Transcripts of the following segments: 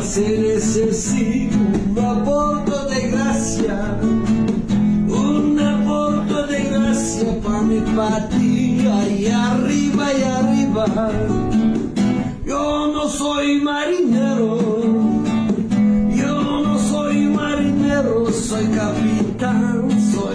se necesita un aporto de gracia pa' mi patria y arriba yo no soy marinero, soy capitán,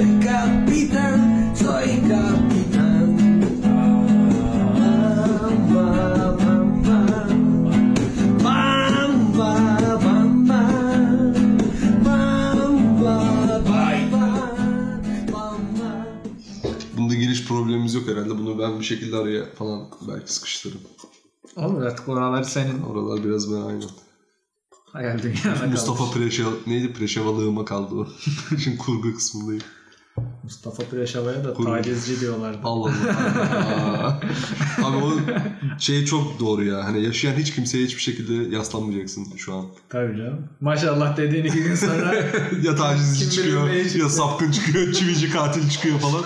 Bunda giriş problemimiz yok herhalde. Bunu ben bir şekilde araya falan belki sıkıştırırım. Olur artık oralar senin. Oralar biraz ben aynen. Hayal dünyana Mustafa Preşevalığıma kaldı o. Şimdi kurgu kısmındayım. Mustafa Preşeva'ya da tacizci diyorlardı. Allah Allah. Abi o şey çok doğru ya. Hani yaşayan hiç kimseye hiçbir şekilde yaslanmayacaksın şu an. Tabii canım. Maşallah dediğin 2 gün sonra ya tacizci çıkıyor, ya sapkın çıkıyor, çivici katil çıkıyor falan.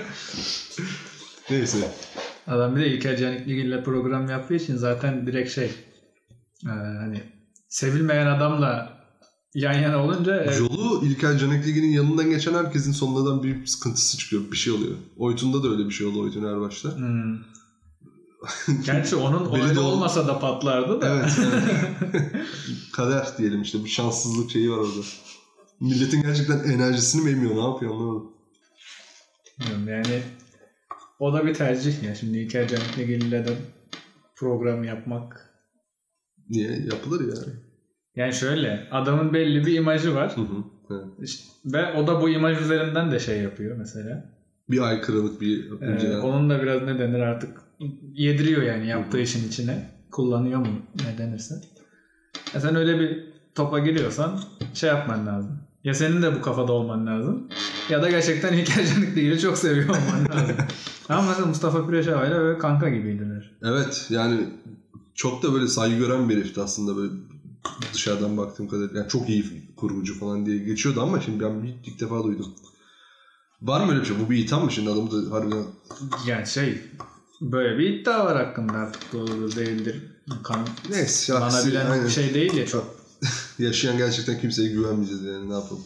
Neyse. Adam bir de İlker Canikligil'le program yaptığı için zaten direkt hani sevilmeyen adamla yan yana olunca... Yolu İlker Canikligil'in yanından geçen herkesin sonradan bir sıkıntısı çıkıyor. Bir şey oluyor. Oytun'da da öyle bir şey oldu Oytun Erbaş'ta. Gerçi onun olayı olmasa da patlardı da. Evet. Kader diyelim işte. Bir şanssızlık şeyi var orada. Milletin gerçekten enerjisini mi emiyor? Ne yapıyor anlamadım. Yani o da bir tercih ya. Şimdi İlker Canikligil'le de program yapmak. Niye? Yapılır yani. Yani şöyle, adamın belli bir imajı var. Evet. İşte, ve o da bu imaj üzerinden de şey yapıyor mesela. Bir aykırılık, bir... onun da biraz ne denir artık yediriyor yani yaptığı işin içine. Kullanıyor mu ne denirse. Sen öyle bir topa giriyorsan şey yapman lazım. Ya senin de bu kafada olman lazım. Ya da gerçekten İlker Canikligil'i çok seviyor olman lazım. Ama mesela Mustafa Preşeva'yla böyle kanka gibiydiler. Evet yani çok da böyle saygı gören bir herifti aslında böyle dışarıdan baktığım kadarıyla. Yani çok iyi kurgucu falan diye geçiyordu ama şimdi ben ilk defa duydum. Var mı öyle bir şey? Bu bir itham mı şimdi adamı da harbiden? Yani böyle bir iddia var hakkında artık doğrudur değildir. Neyse. Bana bilen bir şey değil ya çok. Yaşayan gerçekten kimseye güvenmeyeceğiz yani ne yapalım.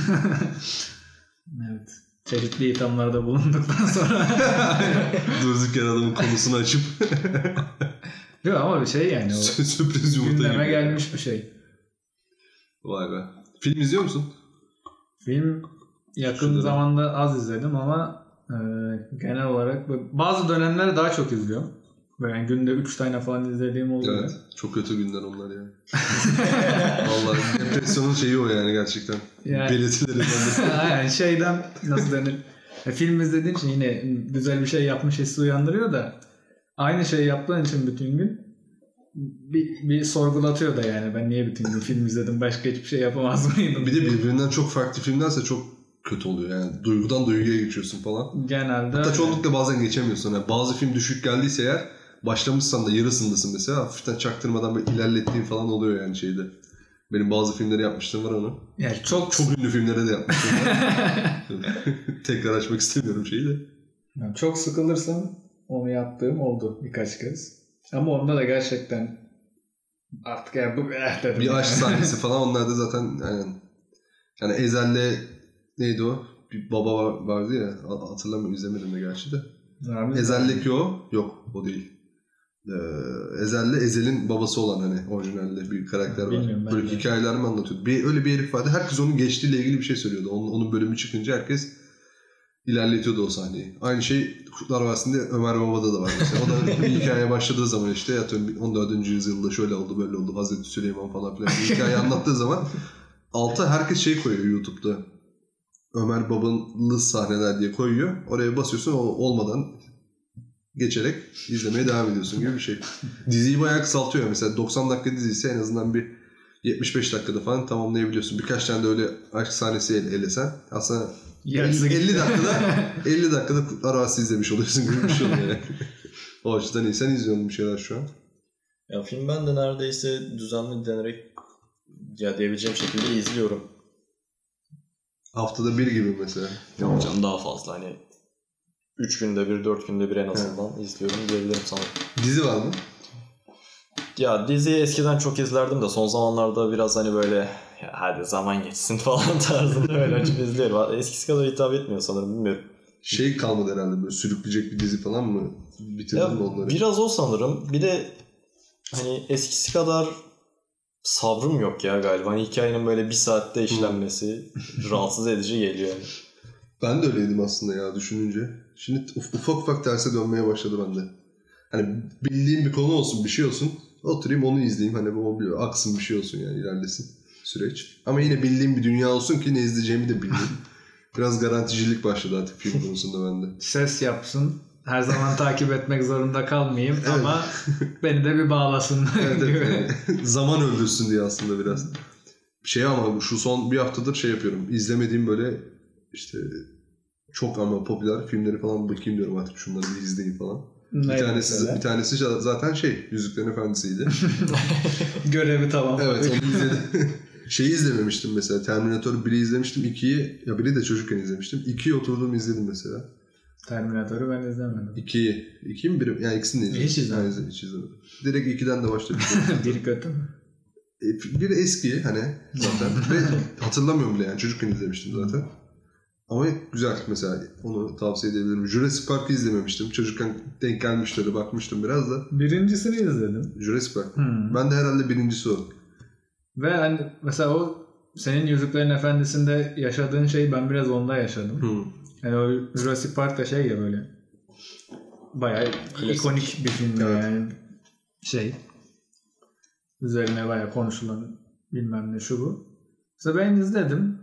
Evet. Çeşitli ithamlarda bulunduktan sonra. Durduk yere adamın konusunu açıp. Yok ama bir şey yani o. Sürpriz yumurta gündeme gibi. gelmiş bir şey. Vay be. Film izliyor musun? Film yakın zamanda az izledim ama genel olarak bazı dönemleri daha çok izliyorum. Böyle günde 3 tane falan izlediğim oluyor. Evet. Çok kötü günler onlar yani. Vallahi depresyonun şeyi o yani gerçekten. Yani, belirtileri. Aynen şeyden nasıl denir? Film izlediğin için yine güzel bir şey yapmış hissi uyandırıyor da aynı şeyi yaptığın için bütün gün bir sorgulatıyor da yani ben niye bütün gün film izledim başka hiçbir şey yapamaz mıydım? Bir de birbirinden çok farklı filmlerse çok kötü oluyor yani duygudan duyguya geçiyorsun falan. Genelde. Hatta çoğunlukla bazen geçemiyorsun. Yani bazı film düşük geldiyse eğer başlamışsan da yarısındasın mesela hafiften çaktırmadan böyle ilerlettiğin falan oluyor yani şeyde. Benim bazı filmleri yapmıştım var onu. Yani çok ünlü filmlere de yapmıştım var. Tekrar açmak istemiyorum şeyi de. Yani çok sıkılırsam onu yaptığım oldu birkaç kez. Ama onda da gerçekten artık yani bu dedim. Bir aşk sahnesi falan onlar da zaten yani Ezel'le neydi o? Bir baba vardı ya hatırlamıyorum izlemedim de gerçi de. Ezel'deki o? Yok o değil. Ezel'le Ezel'in babası olan hani orijinalde bir karakter var. Böyle hikayeler mi anlatıyordu? Öyle bir herif vardı. Herkes onun geçtiğiyle ilgili bir şey söylüyordu. Onun bölümü çıkınca herkes ilerletiyordu o sahneyi. Aynı şey Kurtlar Vadisi'nde Ömer Baba'da da var mesela. O da bir hikaye başladığı zaman işte 14. yüzyılda şöyle oldu böyle oldu. Hazreti Süleyman falan filan bir hikaye anlattığı zaman alta herkes şey koyuyor YouTube'da. Ömer Baba'lı sahneler diye koyuyor. Oraya basıyorsun o olmadan geçerek izlemeye devam ediyorsun gibi bir şey. Diziyi bayağı kısaltıyor. Mesela 90 dakika diziyse en azından bir 75 dakikada falan tamamlayabiliyorsun. Birkaç tane de öyle aşk sahnesi elesen aslında 50 dakikada Kurtlar Vadisi izlemiş oluyorsun gibi bir şey oluyor yani. O açıdan iyi. Sen izliyorsun bir şeyler şu an. Ya film ben de neredeyse düzenli denerek ya diyebileceğim şekilde izliyorum. Haftada bir gibi mesela. Yok canım daha fazla hani 3 günde bir 4 günde bir en azından izliyorum diyebilirim sana. Dizi var mı? Ya diziyi eskiden çok izlerdim de son zamanlarda biraz hani böyle ya hadi zaman geçsin falan tarzında öyle açıp izliyorum. Eskisi kadar hitap etmiyor sanırım, bilmiyorum. Şey kalmadı herhalde, böyle sürükleyecek bir dizi falan mı? Bitirdin mi onları? Biraz o sanırım. Bir de hani eskisi kadar sabrım yok ya galiba. Hani hikayenin böyle bir saatte işlenmesi rahatsız edici geliyor yani. Ben de öyleydim aslında ya düşününce. Şimdi ufak ufak terse dönmeye başladı bende. Hani bildiğim bir konu olsun, bir şey olsun. Oturayım onu izleyeyim. Hani o bir aksın, bir şey olsun yani, ilerlesin süreç. Ama yine bildiğim bir dünya olsun ki ne izleyeceğimi de bileyim. Biraz garanticilik başladı artık film konusunda bende. Ses yapsın. Her zaman takip etmek zorunda kalmayayım ama beni de bir bağlasın. Evet. Zaman öldürsün diye aslında biraz. Ama şu son bir haftadır şey yapıyorum. İzlemediğim böyle işte çok ama popüler filmleri falan bakayım diyorum artık, şunları bir izleyeyim falan. Bir tanesi zaten Yüzüklerin Efendisi'ydi. Görevi tamam. Evet, onu izledim. Şeyi izlememiştim mesela. Terminator 1'i izlemiştim. 2'yi, ya 1'i de çocukken izlemiştim. 2'yi oturdum izledim mesela. Terminator'u ben izlemedim. 2'yi mi 1'i? Yani ikisini de izledim. Hiç izlemedim. Hiç izlemedim. Direkt 2'den de başladım. Biri kötü mü? Biri eski hani zaten. Ve hatırlamıyorum bile yani. Çocukken izlemiştim zaten. Ama güzel mesela. Onu tavsiye edebilirim. Jurassic Park'ı izlememiştim. Çocukken denk gelmişleri, bakmıştım biraz da. Birincisini izledim. Jurassic Park. Ben de herhalde birincisi o. Ve hani mesela o senin Yüzüklerin Efendisi'nde yaşadığın şeyi ben biraz onda yaşadım. Yani o Jurassic Park da ya böyle bayağı ikonik bir film yani üzerine bayağı konuşulan bilmem ne şu bu. Mesela ben izledim.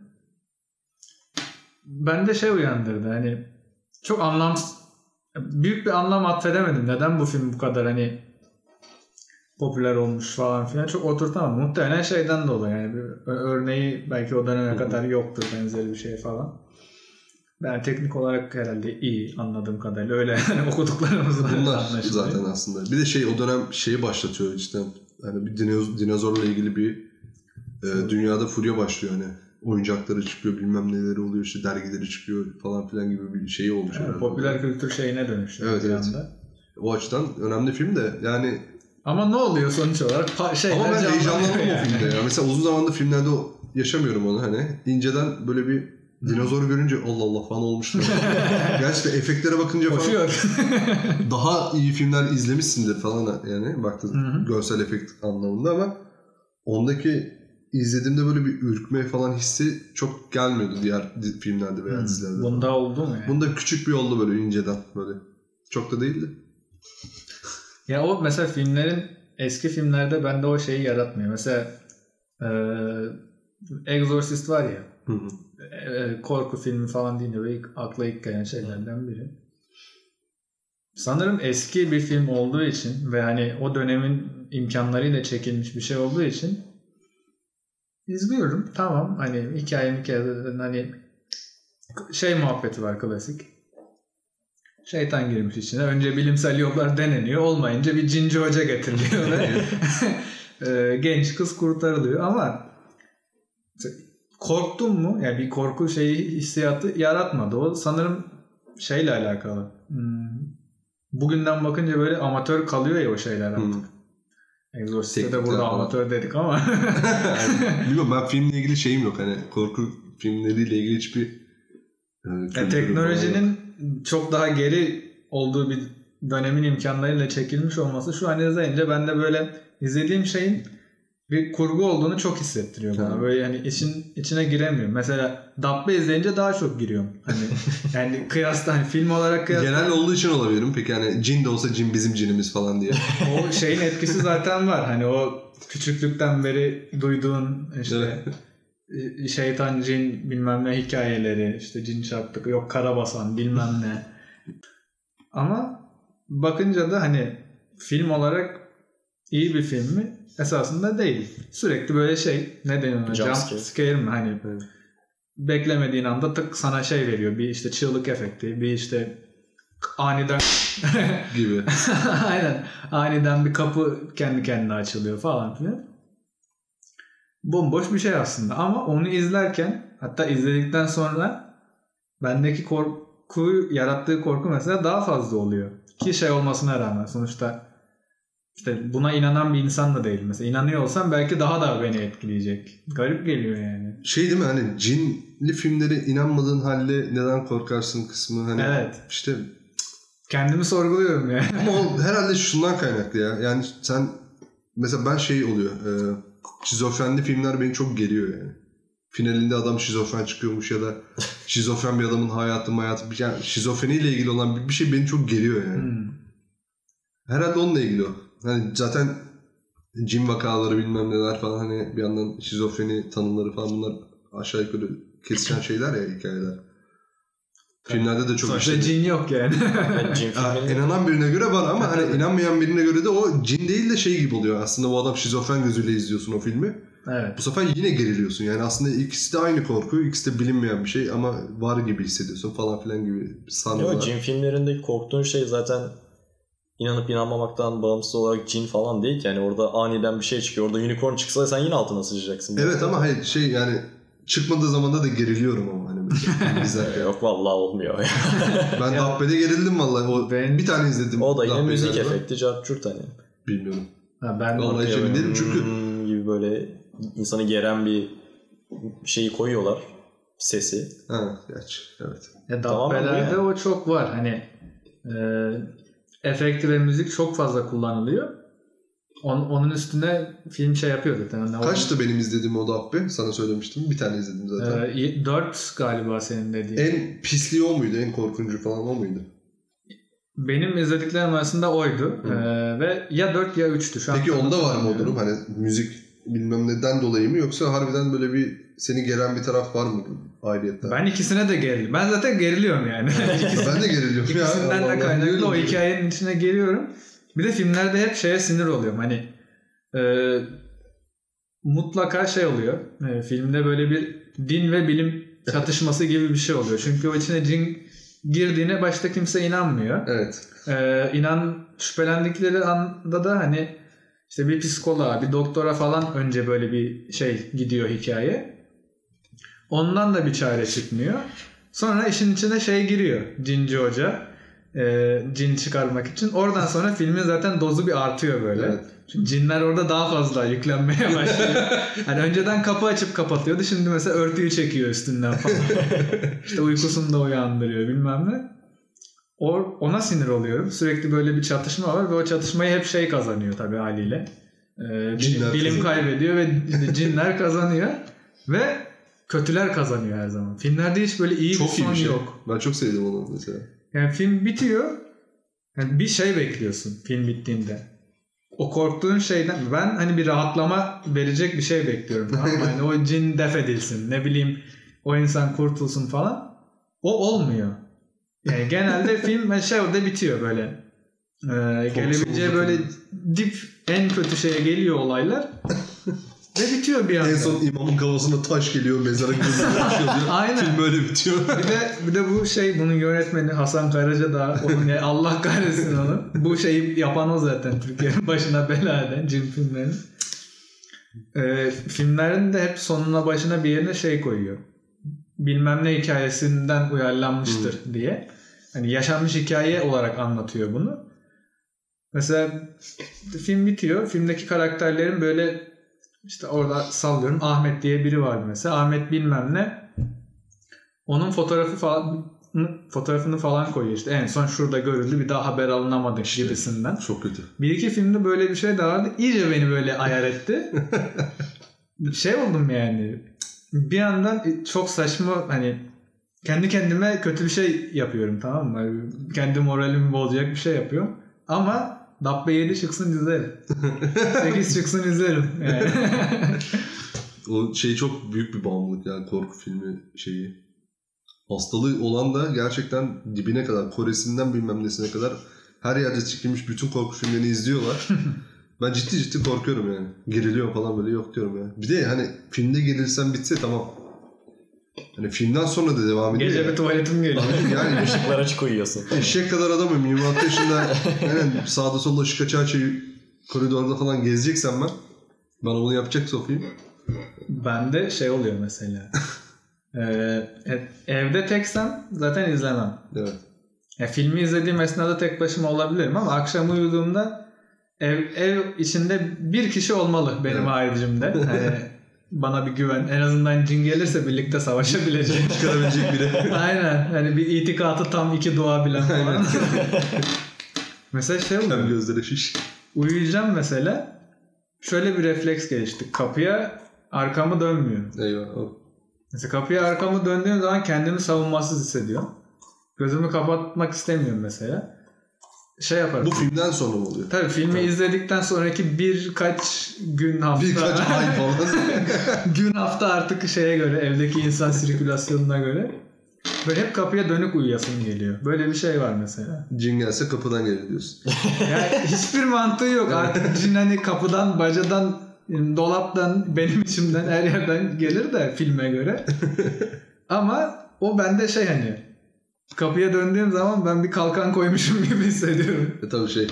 Bende uyandırdı hani çok büyük bir anlam atfedemedim. Neden bu film bu kadar hani popüler olmuş falan filan çok oturtamadım. Muhtemelen şeyden dolayı yani bir örneği belki o döneme kadar yoktur benzeri bir şey falan. Ben teknik olarak herhalde iyi anladığım kadarıyla öyle okuduklarımızda bunlar zaten aslında. Bir de o dönem başlatıyor cidden. Yani bir dinozorla ilgili bir dünyada furya başlıyor hani. Oyuncakları çıkıyor, bilmem neleri oluyor, işte dergileri çıkıyor falan filan gibi bir şey olmuş herhalde. Popüler kültür şeyine dönüşüyor. Evet. O açıdan önemli film de yani. Ama ne oluyor sonuç olarak? Ama ben heyecanlandım o filmde ya. Mesela uzun zamandır filmlerde yaşamıyorum onu hani. İnceden böyle bir dinozor görünce Allah Allah falan olmuştu. Gerçekten efektlere bakınca falan daha iyi filmler izlemişsindir falan yani baktın görsel efekt anlamında, ama ondaki izlediğimde böyle bir ürkme falan hissi çok gelmiyordu diğer filmlerde veya dizilerde. Bunda oldu mu yani? Bunda küçük bir oldu böyle inceden böyle. Çok da değildi. Ya o mesela eski filmlerde bende o şeyi yaratmıyor. Mesela Exorcist var ya. Korku filmi falan değil de akla ilk gelen şeylerden biri. Sanırım eski bir film olduğu için ve hani o dönemin imkanlarıyla çekilmiş bir şey olduğu için izliyorum. Tamam hani hikaye hani muhabbeti var klasik. Şeytan girmiş içine. Önce bilimsel yollar deneniyor. Olmayınca bir cinci hoca getiriliyor ve genç kız kurtarılıyor. Ama korktun mu? Yani bir korku hissiyatı yaratmadı. O sanırım alakalı. Bugünden bakınca böyle amatör kalıyor ya o şeyler artık. Exorcist'te de burada amatör dedik ama. Bilmiyorum, ben filmle ilgili şeyim yok. Hani korku filmleriyle ilgili hiçbir teknolojinin çok daha geri olduğu bir dönemin imkanlarıyla çekilmiş olması şu an izleyince ben de böyle izlediğim şeyin bir kurgu olduğunu çok hissettiriyor bana. Böyle yani içine giremiyorum. Mesela Dabbe izleyince daha çok giriyorum. Hani yani kıyasla film olarak genel olduğu için olabilirim. Peki yani cin de olsa cin bizim cinimiz falan diye. O şeyin etkisi zaten var. Hani o küçüklükten beri duyduğun şeytan, cin bilmem ne hikayeleri, işte cin çarptık, yok karabasan bilmem ne. Ama bakınca da hani film olarak iyi bir film mi? Esasında değil. Sürekli böyle ne deniyor? Jump scare mi? Hani beklemediğin anda tık sana veriyor. Bir işte çığlık efekti, bir işte aniden gibi. Aynen. Aniden bir kapı kendi kendine açılıyor falan filan. Bomboş bir şey aslında. Ama onu izlerken, hatta izledikten sonra bendeki yarattığı korku mesela daha fazla oluyor. Ki olmasına rağmen sonuçta işte buna inanan bir insan da değil. Mesela inanıyor olsam belki daha da beni etkileyecek. Garip geliyor yani. Şey değil mi hani cinli filmlere inanmadığın halde neden korkarsın kısmı hani evet. işte kendimi sorguluyorum yani. Ama o herhalde şundan kaynaklı ya. Yani sen mesela ben şey oluyor. Şizofrenli filmler beni çok geriyor yani. Finalinde adam şizofren çıkıyormuş ya da şizofren bir adamın hayatı yani şizofreniyle ilgili olan bir şey beni çok geriyor yani. Herhalde onunla ilgili o. Hani zaten cin vakaları bilmem neler falan hani bir yandan şizofreni tanımları falan bunlar aşağı yukarı kesişen şeyler ya hikayeler. Filmlerde de çok sonuçta cin yok yani. Cin filminde... İnanan birine göre var ama hani inanmayan birine göre de o cin değil de şey gibi oluyor. Aslında bu adam şizofren gözüyle izliyorsun o filmi. Evet. Bu sefer yine geriliyorsun. Yani aslında ikisi de aynı korku, ikisi de bilinmeyen bir şey ama var gibi hissediyorsun falan filan gibi sanıyorlar. Yok, cin filmlerindeki korktuğun şey zaten inanıp inanmamaktan bağımsız olarak cin falan değil ki. Yani orada aniden bir şey çıkıyor. Orada unicorn çıksa sen yine altına sıçacaksın. Evet ama hayır şey yani çıkmadığı zaman da geriliyorum ama hani izlerken. Yok vallahi olmuyor. Ben Dabbe'de gerildim vallahi. Bir tane izledim. O da yine müzik efekti, cart hani. Bilmiyorum. Ben vallahi hiç emin değilim çünkü gibi böyle insanı geren bir şeyi koyuyorlar. Sesi. Ha, gerçi evet. Dabbe'lerde o çok var. Hani efekt ve müzik çok fazla kullanılıyor. Onun üstüne film şey yapıyor zaten. Kaçtı benim izlediğim o Dabbe? Sana söylemiştim. Bir tane izledim zaten. 4 galiba senin dediğin. En pisliği o muydu? En korkuncu falan o muydu? Benim izlediklerim arasında oydu. Ve ya 4 ya 3'tü. Peki onda var mı o durum? Hani müzik bilmem neden dolayı mı yoksa harbiden böyle bir seni geren bir taraf var mı ayrıyetten? Ben ikisine de gerildim. Ben zaten geriliyorum yani. Ben de geriliyorum. İkisinden de kaynaklı o hikayenin içine geliyorum. Bir de filmlerde hep şeye sinir oluyorum. Hani mutlaka şey oluyor. Filmde böyle bir din ve bilim çatışması gibi bir şey oluyor. Çünkü o içine cin girdiğine başta kimse inanmıyor. Evet. Şüphelendikleri anda da hani işte bir psikoloğa, bir doktora falan önce böyle bir şey gidiyor hikaye. Ondan da bir çare çıkmıyor. Sonra işin içine şey giriyor. Cinci hoca. Cin çıkarmak için. Oradan sonra filmin zaten dozu bir artıyor böyle. Evet. Çünkü cinler orada daha fazla yüklenmeye başlıyor. Hani önceden kapı açıp kapatıyordu. Şimdi mesela örtüyü çekiyor üstünden falan. İşte uykusunu da uyandırıyor bilmem ne. Ona sinir oluyorum. Sürekli böyle bir çatışma var ve o çatışmayı hep şey kazanıyor tabii haliyle. Bilim kaybediyor ve cinler kazanıyor. Ve kötüler kazanıyor her zaman. Filmlerde hiç böyle iyi çok bir son şey. yok. Ben çok sevdim onu mesela. Yani film bitiyor. Yani bir şey bekliyorsun film bittiğinde. O korktuğun şeyden ben hani bir rahatlama verecek bir şey bekliyorum. Tamam mı? Yani o cin def edilsin. Ne bileyim o insan kurtulsun falan. O olmuyor. Yani genelde film şey orada bitiyor böyle. Gelebileceği böyle dip en kötü şeye geliyor olaylar. Ve bitiyor bir anda. En son imamın kafasına taş geliyor, mezara gözüne düşüyor. Aynen. Film böyle bitiyor. Bir de bu şey bunun yönetmeni Hasan Karaca da onun yani Allah kahretsin onu. Bu şeyi yapan o zaten Türkiye'nin başına bela eden cin filmlerin. Filmlerin de hep sonuna başına bir yerine şey koyuyor. Bilmem ne hikayesinden uyarlanmıştır diye. Hani yaşanmış hikaye olarak anlatıyor bunu. Mesela film bitiyor. Filmdeki karakterlerin böyle İşte orada sallıyorum Ahmet diye biri vardı mesela. Ahmet bilmem ne. Onun fotoğrafını falan koyuyor işte. En son şurada görüldü bir daha haber alınamadı işte, gibisinden. Çok kötü. Bir iki filmde böyle bir şey de vardı. İyice beni böyle ayar etti. Şey oldum yani. Bir yandan çok saçma hani kendi kendime kötü bir şey yapıyorum tamam mı? Kendi moralimi bozacak bir şey yapıyorum. Ama Dabbe 7 çıksın izlerim. 8 çıksın izlerim. Yani. O şey çok büyük bir bağımlılık yani korku filmi şeyi. Hastalığı olan da gerçekten dibine kadar Kore'sinden bilmem nesine kadar her yerde çekilmiş bütün korku filmlerini izliyorlar. Ben ciddi korkuyorum yani. Geriliyorum falan böyle yok diyorum ya. Bir de hani filmde gerilsem bitse tamam. Hani filmden sonra da devam ediyor. Gece bir tuvaletim geliyor. Yani ışıklar açık uyuyorsun. Eşek kadar adamım. 26 yaşında yani sağda solda ışık açığı koridorda falan gezeceksem ben. Bana bunu yapacak Sofya. Bende şey oluyor mesela. Evde teksem zaten izlemem. Evet. Filmi izlediğim esnada tek başıma olabilirim ama akşam uyuduğumda ev içinde bir kişi olmalı benim haricimde. Yani bana bir güven. En azından cin gelirse birlikte savaşabilecek. Çıkarabilecek biri. Aynen. Hani bir itikatı tam 2 dua bilen falan. Mesela şey oluyor. Hem gözleri şiş. Uyuyacağım mesela. Şöyle bir refleks gelişti. Kapıya arkamı dönmüyorum. Eyvah. Mesela kapıya arkamı döndüğüm zaman kendimi savunmasız hissediyorum. Gözümü kapatmak istemiyorum mesela. Şey yaparım. Bu filmden sonra mı oluyor? Tabii filmi izledikten sonraki birkaç gün hafta. Birkaç ay falan. Gün hafta artık şeye göre, evdeki insan sirkülasyonuna göre. Böyle hep kapıya dönük uyuyasım geliyor. Böyle bir şey var mesela. Cin gelse kapıdan gelir diyorsun. Yani hiçbir mantığı yok. Artık cin hani kapıdan, bacadan, dolaptan, benim içimden, her yerden gelir de filme göre. Ama o bende şey hani kapıya döndüğüm zaman ben bir kalkan koymuşum gibi hissediyorum. Tabii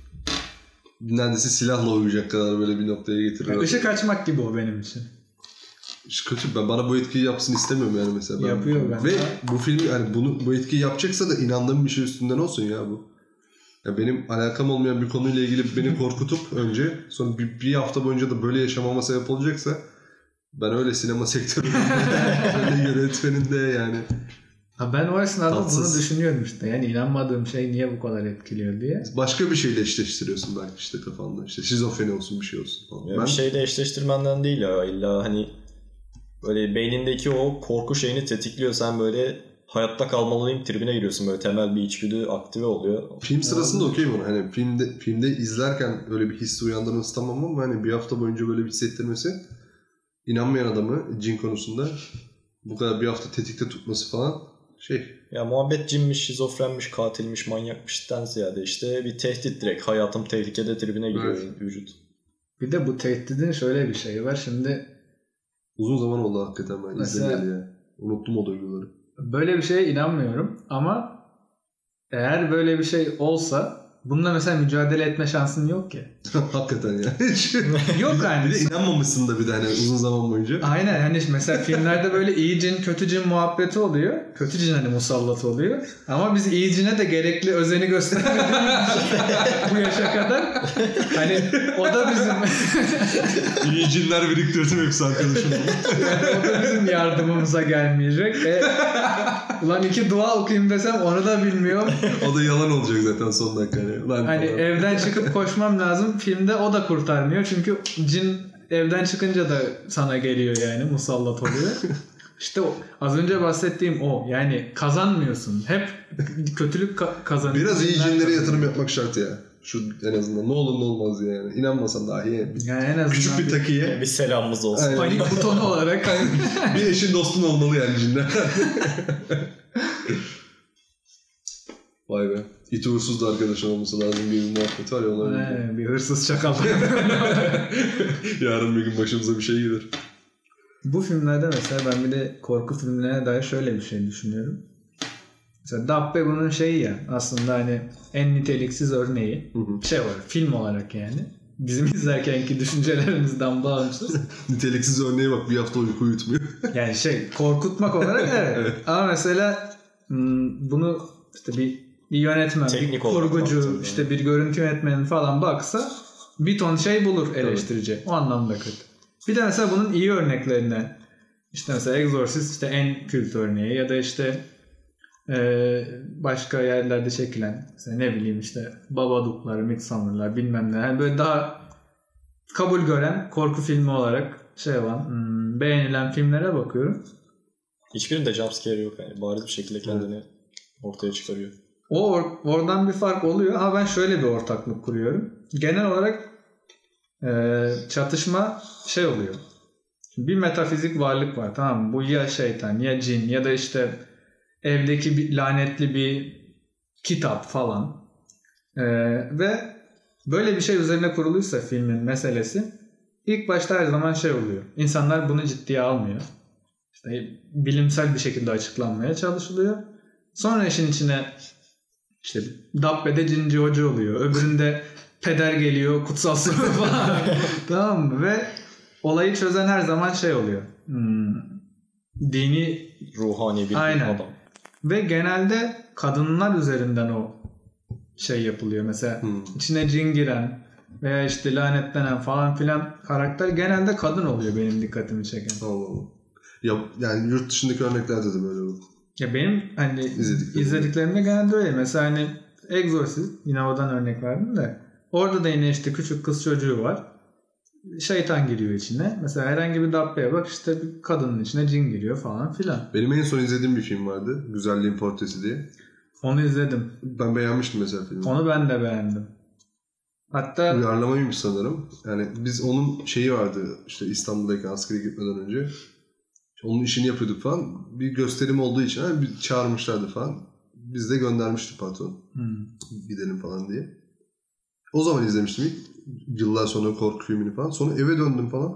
neredeyse silahla uyuyacak kadar böyle bir noktaya getirir. Yani ışık açmak gibi o benim için. Kötü. Bana bu etkiyi yapsın istemiyorum yani mesela. Yapıyor ben. Ve bu film yani bu etkiyi yapacaksa da inandığım bir şey üstünden olsun ya bu. Ya benim alakam olmayan bir konuyla ilgili beni korkutup önce sonra bir hafta boyunca da böyle yaşamama sebep olacaksa ben öyle sinema sektöründe öyle yönetmeninde yani. Ha ben o esnada Tatsız. bunu düşünüyorum işte. Yani inanmadığım şey niye bu kadar etkiliyor diye. Başka bir şeyle eşleştiriyorsun belki işte kafanda. İşte şizofreni olsun bir şey olsun falan. Ya bir şeyle eşleştirmenden değil ya. İlla hani böyle beynindeki o korku şeyini tetikliyor. Sen böyle hayatta kalmalıyım tribine giriyorsun. Böyle temel bir içgüdü aktive oluyor. Film sırasında okeyim onu. Hani filmde izlerken öyle bir hissi uyandırması tamam ama hani bir hafta boyunca böyle bir hissettirmesi inanmayan adamı cin konusunda bu kadar bir hafta tetikte tutması falan Ya muhabbet cinmiş, şizofrenmiş, katilmiş, manyakmıştan ziyade işte bir tehdit direkt. Hayatım tehlikede tribine giriyor vücut. Bir de bu tehdidin şöyle bir şeyi var. Şimdi uzun zaman oldu hakikaten ben mesela, izlemeli ya. Unuttum o duyguları. Böyle bir şeye inanmıyorum ama eğer böyle bir şey olsa bununla mesela mücadele etme şansın yok ki. Hakikaten ya. Yok yani. Bir de inanmamışsın da bir de hani uzun zaman boyunca. Aynen hani mesela filmlerde böyle iyi cin kötü cin muhabbeti oluyor. Kötü cin hani musallat oluyor. Ama biz iyi cine de gerekli özeni göstermediğimiz bu yaşa kadar. Hani o da bizim İyi cinler biriktirdim hepsi arkadaşım. yani o da bizim yardımımıza gelmeyecek. Ulan 2 dua okuyayım desem onu da bilmiyorum. O da yalan olacak zaten son dakika. Hani evden çıkıp koşmam lazım. Filmde o da kurtarmıyor. Çünkü cin evden çıkınca da sana geliyor yani musallat oluyor. İşte az önce bahsettiğim o. Yani kazanmıyorsun. Hep kötülük kazanıyor. Biraz iyi cinlere yatırım yapmak şart ya. Şu en azından ne olur ne olmaz yani. İnanmasan dahi. Yani en azından Küçük bir takiye. Bir selamımız olsun. Aynen. panik butonu olarak Bir eşin dostun olmalı yani cinler. Vay be. İti uğursuz da arkadaşın olması lazım gibi bir muhabbet var ya. Onlar bir hırsız çakal. yarın bir gün başımıza bir şey gelir. Bu filmlerde mesela ben bir de korku filmlerine dair şöyle bir şey düşünüyorum. Mesela Dabbe bunun şeyi ya aslında hani en niteliksiz örneği. Şey var film olarak yani. Bizim izlerkenki düşüncelerimizden bağımsız. Niteliksiz örneğe bak bir hafta uyku uyutmuyor. Yani korkutmak olarak evet. Ama mesela bunu işte bir yönetmen, teknik bir kurgucu, işte bir görüntü yönetmeni falan baksa bir ton şey bulur eleştirecek. Evet. O anlamda kötü. Bir de mesela bunun iyi örneklerine işte mesela Exorcist işte en kült örneği ya da işte başka yerlerde çekilen mesela ne bileyim işte Babadook'lar, Midsommar'lar bilmem ne. Yani böyle daha kabul gören korku filmi olarak şey olan beğenilen filmlere bakıyorum. Hiçbirinde jumpscare yok yani. Bariz bir şekilde kendini ortaya çıkarıyor. Oradan bir fark oluyor ama ben şöyle bir ortaklık kuruyorum. Genel olarak çatışma şey oluyor. Bir metafizik varlık var, tamam mı? Bu ya şeytan ya cin ya da işte evdeki bir lanetli bir kitap falan. Ve böyle bir şey üzerine kuruluysa filmin meselesi ilk başta her zaman şey oluyor. İnsanlar bunu ciddiye almıyor. İşte bilimsel bir şekilde açıklanmaya çalışılıyor. Sonra işin içine işte Dabbe'de cinci hoca oluyor. Öbüründe peder geliyor, kutsal soru falan. Tamam mı? Ve olayı çözen her zaman şey oluyor. Dini ruhani bir adam. Ve genelde kadınlar üzerinden o şey yapılıyor. Mesela içine cin giren veya işte lanetlenen falan filan karakter genelde kadın oluyor benim dikkatimi çeken. Allah Allah. Ya, yani yurt dışındaki örneklerde de böyle olur. Ya benim hani izlediklerimde genelde öyle. Mesela hani Exorcist, yine oradan örnek verdim de, orada da yine işte küçük kız çocuğu var. Şeytan giriyor içine. Mesela herhangi bir dabbeye bak, işte bir kadının içine cin giriyor falan filan. Benim en son izlediğim bir film vardı. Güzelliğin Portresi diye. Onu izledim. Ben beğenmiştim mesela filmi. Onu ben de beğendim. Hatta uyarlamaymış sanırım. Yani biz onun şeyi vardı işte İstanbul'daki askere gitmeden önce. Onun işini yapıyorduk falan. Bir gösterim olduğu için hani bir çağırmışlardı falan. Biz de göndermişti patron. Gidelim falan diye. O zaman izlemiştim ilk. Yıllar sonra korku filmini falan. Sonra eve döndüm falan.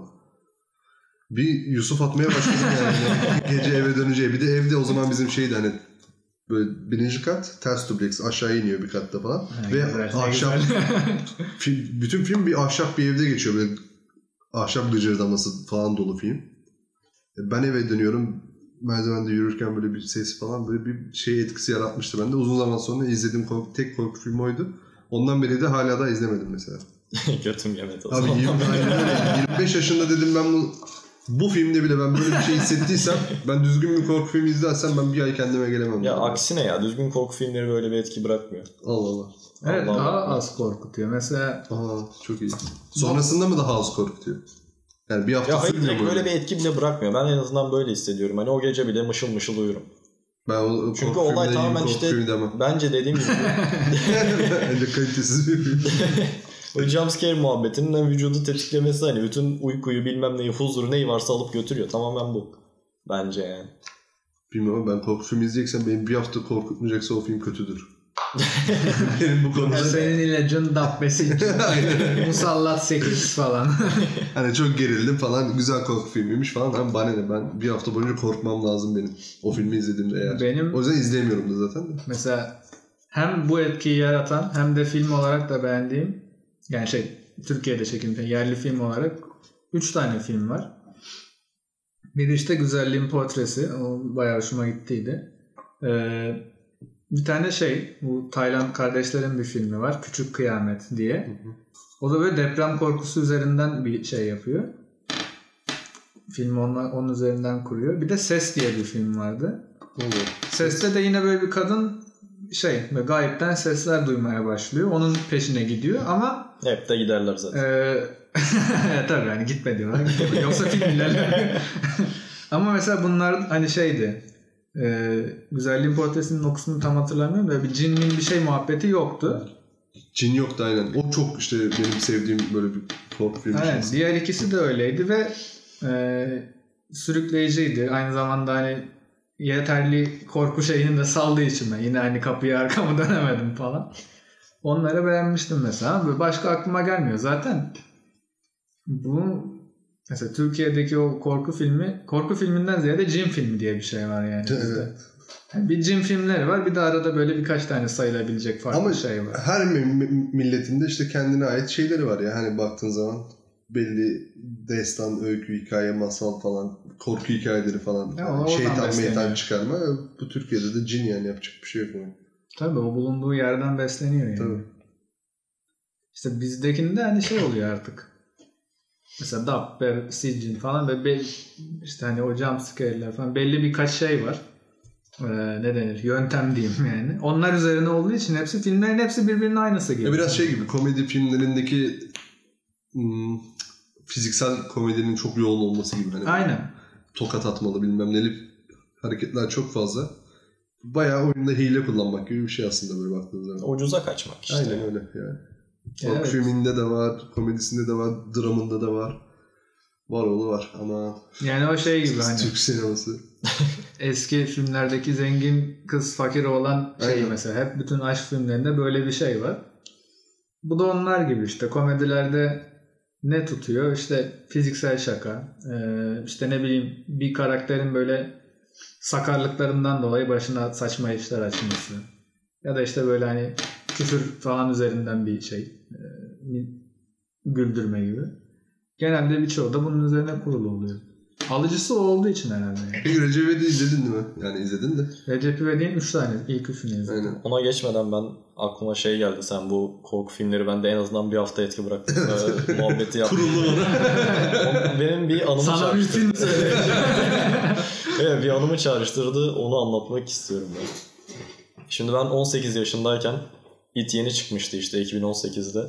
Bir Yusuf atmaya başladım yani. Gece eve döneceği. Bir de evde o zaman bizim şeydi hani böyle birinci kat ters dubleks aşağı iniyor bir katta falan. Ve ahşap bütün film bir ahşap bir evde geçiyor. Böyle ahşap gıcırdaması falan dolu film. Ben eve dönüyorum. Merdivende yürürken böyle bir ses falan böyle bir şey etkisi yaratmıştı bende. Uzun zaman sonra izlediğim tek korku filmi oydu. Ondan beri de hala da izlemedim mesela. Götüm yemedi o zaman. Abi 25 yaşında dedim ben bu filmde bile ben böyle bir şey hissettiysem, ben düzgün bir korku filmi izlersem ben bir ay kendime gelemem. Ya aksine ya düzgün korku filmleri böyle bir etki bırakmıyor. Allah Allah. Evet, Allah daha Allah. az korkutuyor. Mesela çok iyi. Sonrasında mı daha az korkutuyor? Yani bir hafta ya hayır, sürmüyor direkt böyle bir etki bile bırakmıyor. Ben en azından böyle hissediyorum. Hani o gece bile mışıl mışıl uyurum. Ben çünkü olay tamamen işte bence dediğim gibi. Bence kalitesiz bir film. O jumpscare muhabbetinin vücudu tetiklemesi, hani bütün uykuyu bilmem neyi, huzuru neyi varsa alıp götürüyor. Tamamen bu. Bence yani. Bilmiyorum, ben korku filmi izleyeceksem beni bir hafta korkutmayacaksa o film kötüdür. Benim bu konuda. Senin ilacın dabbesi. Musallat 8 falan. Hani çok gerildim falan, güzel korku filmiymiş falan. Ama bana ne, ben bir hafta boyunca korkmam lazım benim. O filmi izlediğimde eğer. O yüzden izleyemiyorum da zaten de. Mesela hem bu etkiyi yaratan hem de film olarak da beğendiğim, yani Türkiye'de çekilmiş yerli film olarak 3 tane film var. Biri işte Güzelliğin Portresi. O bayağı hoşuma gittiydi. Bir tane bu Tayland kardeşlerin bir filmi var. Küçük Kıyamet diye. O da böyle deprem korkusu üzerinden bir şey yapıyor. Filmi onun üzerinden kuruyor. Bir de Ses diye bir film vardı. Ses'te de yine böyle bir kadın böyle gayipten sesler duymaya başlıyor. Onun peşine gidiyor ama hep de giderler zaten. Tabii yani gitme diyorlar. Yoksa film ilerler. Ama mesela bunlar hani Güzelliğin Portresi'nin o kısmını tam hatırlamıyorum. Böyle bir cinmin bir şey muhabbeti yoktu. Cin yoktu aynen. O çok işte benim sevdiğim böyle bir korku filmi. Aynen. Diğer ikisi de öyleydi ve sürükleyiciydi. Aynı zamanda hani yeterli korku şeyini de saldığı için ben yine hani kapıya arkamı dönemedim falan. Onları beğenmiştim mesela. Böyle başka aklıma gelmiyor. Zaten bu mesela Türkiye'deki o korku filminden ziyade cin filmi diye bir şey var yani bizde. Evet. Yani bir cin filmleri var. Bir de arada böyle birkaç tane sayılabilecek farklı şey var. Her milletin de işte kendine ait şeyleri var ya. Hani baktığın zaman belli destan, öykü, hikaye, masal falan, korku hikayeleri falan. Yani şeytan çıkarma. Bu Türkiye'de de cin, yani yapacak bir şey yok. Tabii o bulunduğu yerden besleniyor yani. Tabii. İşte bizdekinde hani oluyor artık. Mesela Dabbe, Sicin falan böyle işte hani o jumpscare'ler falan belli birkaç şey var. Ne denir? Yöntem diyeyim yani. Onlar üzerine olduğu için filmlerin hepsi birbirinin aynısı gibi. Biraz gibi komedi filmlerindeki fiziksel komedinin çok yoğun olması gibi. Hani aynen. Tokat atmalı bilmem neli hareketler çok fazla. Bayağı oyunda hile kullanmak gibi bir şey aslında böyle baktığınız zaman. Ucuza kaçmak işte. Aynen öyle yani. Korku filminde de var, komedisinde de var, dramında da var. Var oğlu var ama... Yani o gibi hani... Türk sineması. Eski filmlerdeki zengin kız fakir olan mesela. Hep bütün aşk filmlerinde böyle bir şey var. Bu da onlar gibi işte. Komedilerde ne tutuyor? İşte fiziksel şaka. İşte ne bileyim bir karakterin böyle sakarlıklarından dolayı başına saçma işler açması. Ya da işte böyle hani küfür falan üzerinden bir güldürme gibi. Genelde birçoğu da bunun üzerine kurulu oluyor. Alıcısı o olduğu için herhalde. Yani. Peki Recep İvedik'i izledin değil mi? Yani izledin de. Recep İvedik'in 3 tane. İlk 3'ünü izledim. Aynen. Ona geçmeden ben aklıma şey geldi. Sen bu korku filmleri bende en azından bir hafta etki bıraktın. Muhabbeti yaptın. Kurulu ona. Benim bir anımı Sana bir film söyleyeceğim. Evet, bir anımı çağrıştırdı. Onu anlatmak istiyorum ben. Şimdi ben 18 yaşındayken It yeni çıkmıştı işte 2018'de.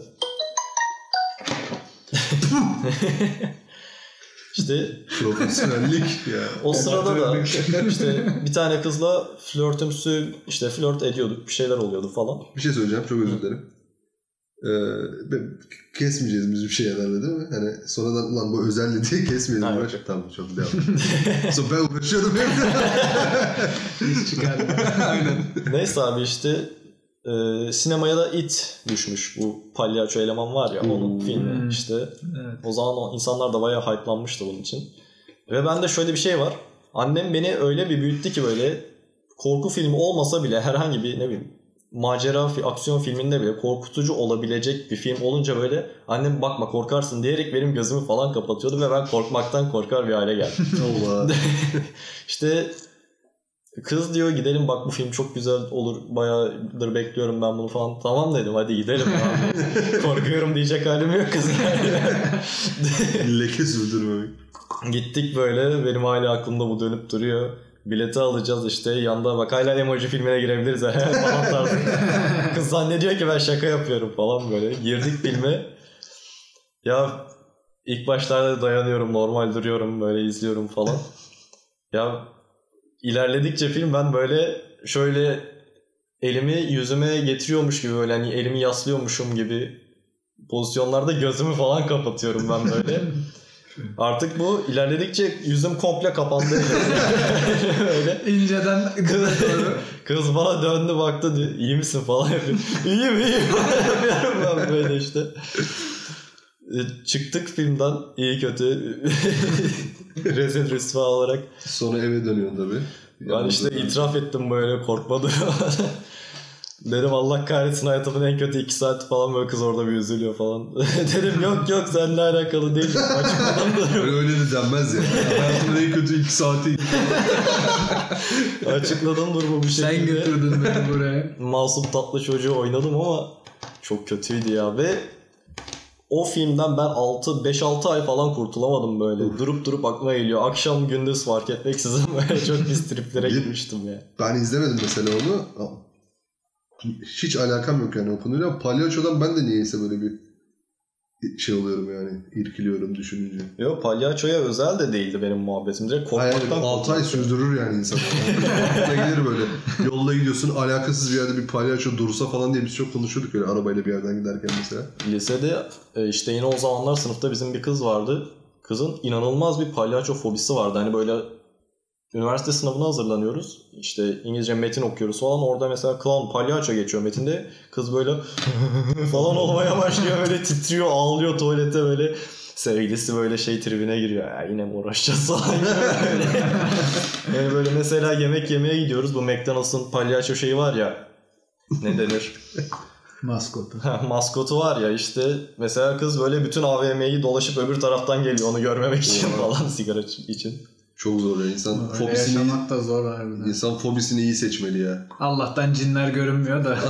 İşte Profesyonellik ya. o sırada da işte bir tane kızla flört ediyorduk. Bir şeyler oluyordu falan. Bir şey söyleyeceğim. Çok özür dilerim. Kesmeyeceğiz biz bir şeylerle değil mi? Hani sonradan ulan bu özeldi diye kesmeyelim. Evet. Tamam çok devam. Sonra ben uğraşıyorum hep. İş çıkardı. Aynen. Neyse abi işte sinemaya da It düşmüş. Bu palyaço eleman var ya onun filmi işte. Evet. O zaman insanlar da bayağı hype'lanmıştı bunun için. Ve bende şöyle bir şey var. Annem beni öyle bir büyüttü ki böyle korku filmi olmasa bile herhangi bir ne bileyim macera, aksiyon filminde bile korkutucu olabilecek bir film olunca böyle annem bakma korkarsın diyerek benim gözümü falan kapatıyordu ve ben korkmaktan korkar bir hale geldim. Allah. İşte kız diyor gidelim bak bu film çok güzel olur bayağıdır bekliyorum ben bunu falan. Tamam dedim hadi gidelim. Korkuyorum diyecek halim yok kızın. Leke sürdürmemek. Gittik böyle benim hala aklımda bu dönüp duruyor. Bileti alacağız işte yanda bak hala emoji filmine girebiliriz falan tarzı. Kız zannediyor ki ben şaka yapıyorum falan böyle. Girdik filme. Ya ilk başlarda dayanıyorum normal duruyorum böyle izliyorum falan. Ya ilerledikçe film ben böyle şöyle elimi yüzüme getiriyormuş gibi böyle hani elimi yaslıyormuşum gibi pozisyonlarda gözümü falan kapatıyorum ben böyle. Artık bu ilerledikçe yüzüm komple kapandı. Öyle. İnceden Kız bana döndü baktı diyor, iyi misin falan yapıyor. İyiyim yapıyorum ben böyle işte. Çıktık filmden iyi kötü rezil rüsva olarak. Sonra eve dönüyorsun tabii. Ben işte itiraf ettim böyle korkmadım. Dedim Allah kahretsin hayatımın en kötü 2 saat falan böyle kız orada bir üzülüyor falan. Dedim yok seninle alakalı değil. Açıkladım da. Öyle de denmez ya. Hayatımın en kötü 2 saati. Açıkladım durumu bir şekilde. sen götürdün beni buraya. Masum tatlı çocuğu oynadım ama çok kötüydü ya ve o filmden ben 5-6 ay falan kurtulamadım böyle. Durup aklıma geliyor. Akşam gündüz fark etmeksizin böyle çok pis triplere girmiştim ya. Ben izlemedim mesela onu. Hiç alakam yok yani o konuyla. Ama Palyaço'dan ben de niyeyse böyle bir şey oluyorum yani. İrkiliyorum düşününce. Yok palyaçoya özel de değildi benim muhabbetim. Direkt korkmaktan 6 ay sürdürür yani insan. Aklına gelir böyle. Yolda gidiyorsun alakasız bir yerde bir palyaço dursa falan diye biz çok konuşuyorduk öyle arabayla bir yerden giderken mesela. Lisede işte yine o zamanlar sınıfta bizim bir kız vardı. Kızın inanılmaz bir palyaço fobisi vardı. Hani böyle üniversite sınavına hazırlanıyoruz. İşte İngilizce metin okuyoruz falan. Orada mesela clown palyaço geçiyor metinde. Kız böyle falan olmaya başlıyor. Böyle titriyor, ağlıyor tuvalete böyle. Sevgilisi böyle şey tribine giriyor. Ya yine mi uğraşacağız falan. Yani böyle mesela yemek yemeye gidiyoruz. Bu McDonald's'ın palyaço şeyi var ya. Ne denir? Maskotu. Maskotu var ya işte. Mesela kız böyle bütün AVM'yi dolaşıp öbür taraftan geliyor. Onu görmemek için falan sigara için. Çok zor ya. İnsan Öyle fobisini yaşamak da zor harbiden. İnsan fobisini iyi seçmeli ya. Allah'tan cinler görünmüyor da.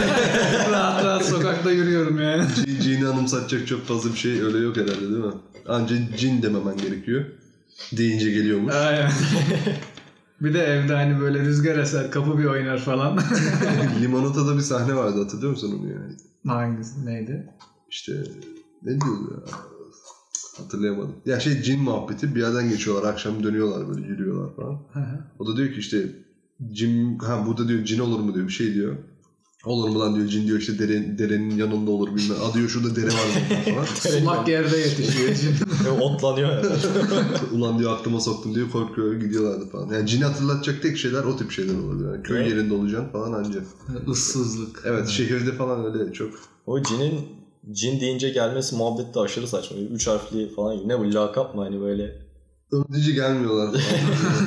rahat sokakta yürüyorum yani. Cini anımsatacak çok fazla bir şey öyle yok herhalde değil mi? Anca cin dememen gerekiyor. Deyince geliyormuş. Aynen. Bir de evde hani böyle rüzgar eser, kapı bir oynar falan. Limonata'da bir sahne vardı hatırlıyor musun onu yani? Hangisi? Neydi? İşte ne diyordu ya? Hatırlayamadım. Ya cin muhabbeti bir yerden geçiyorlar akşam dönüyorlar böyle yürüyorlar falan. O da diyor ki işte cin burada diyor cin olur mu diyor bir şey diyor. Olur mu lan diyor cin diyor işte derenin yanında olur bilmem. Diyor şurada dere var falan. Sulak yerde yetişiyor cin. Otlanıyor yani. Ulan diyor aklıma soktum diyor korkuyor gidiyorlardı falan. Yani cini hatırlatacak tek şeyler o tip şeyler olabilir. Yani köy yerinde olacaksın falan anca. Issızlık. Evet şehirde falan öyle çok. O cin deyince gelmesi muhabbet de aşırı saçma. 3 harfli falan. Ne bu lakap mı hani böyle? Ödücü gelmiyorlar falan.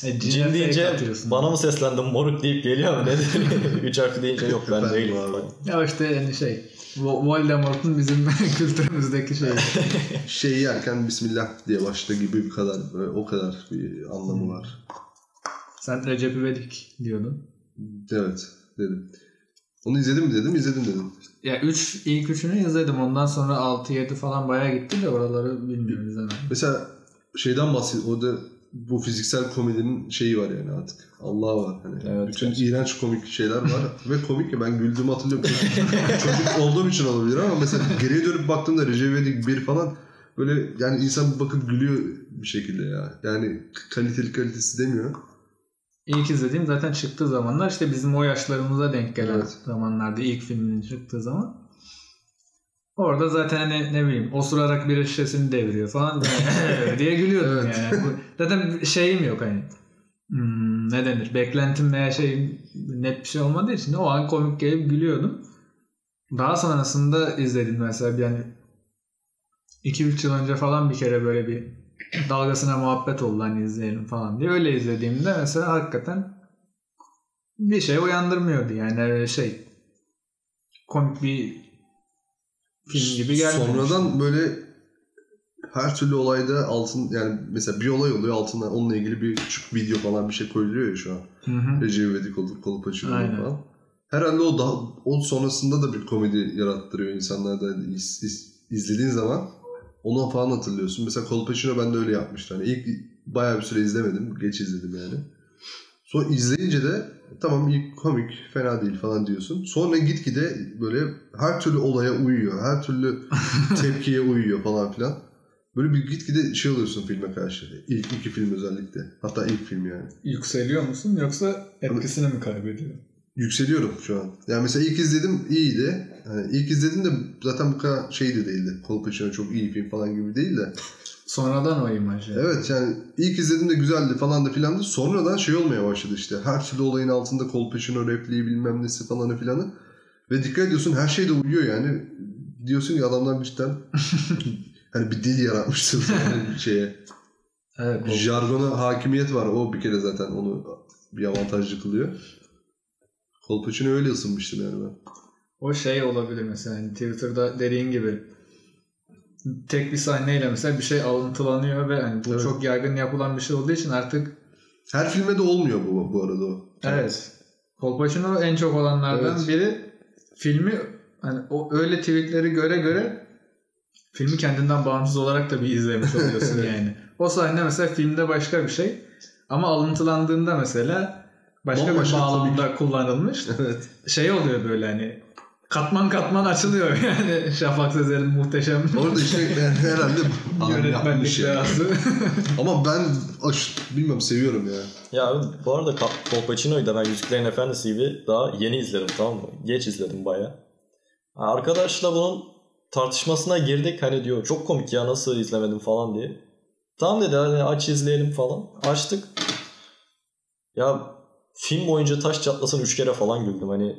Cin deyince bana mı seslendin moruk deyip geliyor mu? Nedir? 3 harfli deyince yok ben değilim abi. Ya işte yani Voldemort'un bizim kültürümüzdeki şey. Şey yerken Bismillah diye başta gibi bir kadar o kadar bir anlamı var. Sen Recep İvedik diyordun. Evet dedim. Onu izledim mi dedim, izledim dedim. Ya ilk üçünü izledim. Ondan sonra 6-7 falan bayağı gitti de oraları bilmiyorum izlemedim. Mesela şeyden bahsediyor. Orada bu fiziksel komedinin şeyi var yani artık. Allah var. Hani evet, bütün gerçekten. iğrenç komik şeyler var. Ve komik ya ben güldüğümü hatırlıyorum. Çocuk olduğum için olabilir ama mesela geriye dönüp baktığımda Recep İvedik 1 falan böyle yani insan bakıp gülüyor bir şekilde ya. Yani kalitesi demiyor. İlk izlediğim zaten çıktığı zamanlar işte bizim o yaşlarımıza denk gelen zamanlarda ilk filminin çıktığı zaman. Orada zaten hani ne bileyim osurarak bir şişesini deviriyor falan diye gülüyordum yani. Zaten şeyim yok hani ne denir beklentim veya net bir şey olmadığı için o an komik gelip gülüyordum. Daha sonrasında izledim mesela yani 2-3 yıl önce falan bir kere böyle bir dalgasına muhabbet oldu hani izleyelim falan diye. Öyle izlediğimde mesela hakikaten bir şey uyandırmıyordu yani öyle komik bir film gibi gelmiyor. Sonradan böyle her türlü olayda yani mesela bir olay oluyor altına onunla ilgili bir küçük video falan bir şey koyuluyor ya şu an. Recep İvedik olur, Kolpaçino olur falan. Herhalde o sonrasında da bir komedi yarattırıyor insanlarda izlediğin zaman. Onu falan hatırlıyorsun. Mesela Kolpaçino ben de öyle yapmıştı. Hani ilk bayağı bir süre izlemedim. Geç izledim yani. Sonra izleyince de tamam ilk komik fena değil falan diyorsun. Sonra gitgide böyle her türlü olaya uyuyor. Her türlü tepkiye uyuyor falan filan. Böyle bir gitgide şey oluyorsun filme karşı. İlk iki film özellikle. Hatta ilk film yani. Yükseliyor musun yoksa etkisini mi kaybediyor? Yükseliyorum şu an. Yani mesela ilk izledim iyiydi. Yani ilk izledim de zaten bu kadar şey de değildi. Kolpaçino çok iyi film falan gibi değil de. Sonradan o imajı. Evet yani ilk izlediğimde güzeldi falan da filandı. Sonradan şey olmaya başladı işte. Her türlü olayın altında Kolpaçino repliği bilmem nesi falanı filanı. Ve dikkat ediyorsun her şey de uyuyor yani. Diyorsun ki adamlar cidden hani bir dil yaratmıştır yani şeye. Evet. Jargona hakimiyet var. O bir kere zaten onu bir avantajlı kılıyor. Kolpaçino öyle ısınmıştım yani ben. O olabilir mesela hani Twitter'da dediğin gibi tek bir sahneyle mesela bir şey alıntılanıyor ve hani bu çok yaygın yapılan bir şey olduğu için artık her filmde de olmuyor bu arada o. Evet. Kolpaçino en çok olanlardan biri. Filmi hani o öyle tweetleri göre filmi kendinden bağımsız olarak da bir izlemiş oluyorsun yani. O sahne mesela filmde başka bir şey ama alıntılandığında mesela başka bir bağlamda kullanılmış. Evet. Oluyor böyle hani katman açılıyor yani Şafak Sezer'in muhteşem. Orada işte herhalde yönetmenlik lazım. Ama ben bilmiyorum seviyorum ya. Ya bu arada Kolpaçino'yu da ben Yüzüklerin Efendisi gibi daha yeni izledim, tamam mı? Geç izledim baya. Arkadaşla bunun tartışmasına girdik, hani diyor çok komik ya nasıl izlemedim falan diye. Tamam dedi hani aç izleyelim falan. Açtık. Ya film boyunca taş çatlasın 3 kere falan güldüm hani.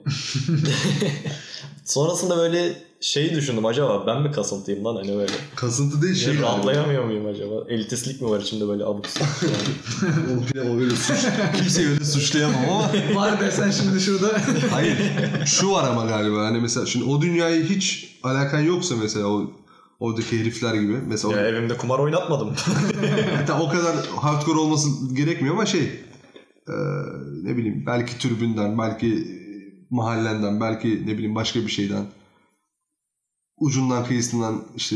Sonrasında böyle düşündüm, acaba ben mi kasıntıyım lan hani böyle. Kasıntı değil Rahatlayamıyor muyum acaba? Elitistlik mi var içimde böyle abuk sabuk yani. O öyle kimseyi öyle suçlayamam ama. Var desen şimdi şurada. Hayır. Şu var ama galiba hani mesela şimdi o dünyayı hiç alakan yoksa mesela oradaki herifler gibi. Mesela ya evimde kumar oynatmadım. Hatta o kadar hardcore olması gerekmiyor ama ne bileyim belki tribünden, belki mahallenden, belki ne bileyim başka bir şeyden ucundan kıyısından işte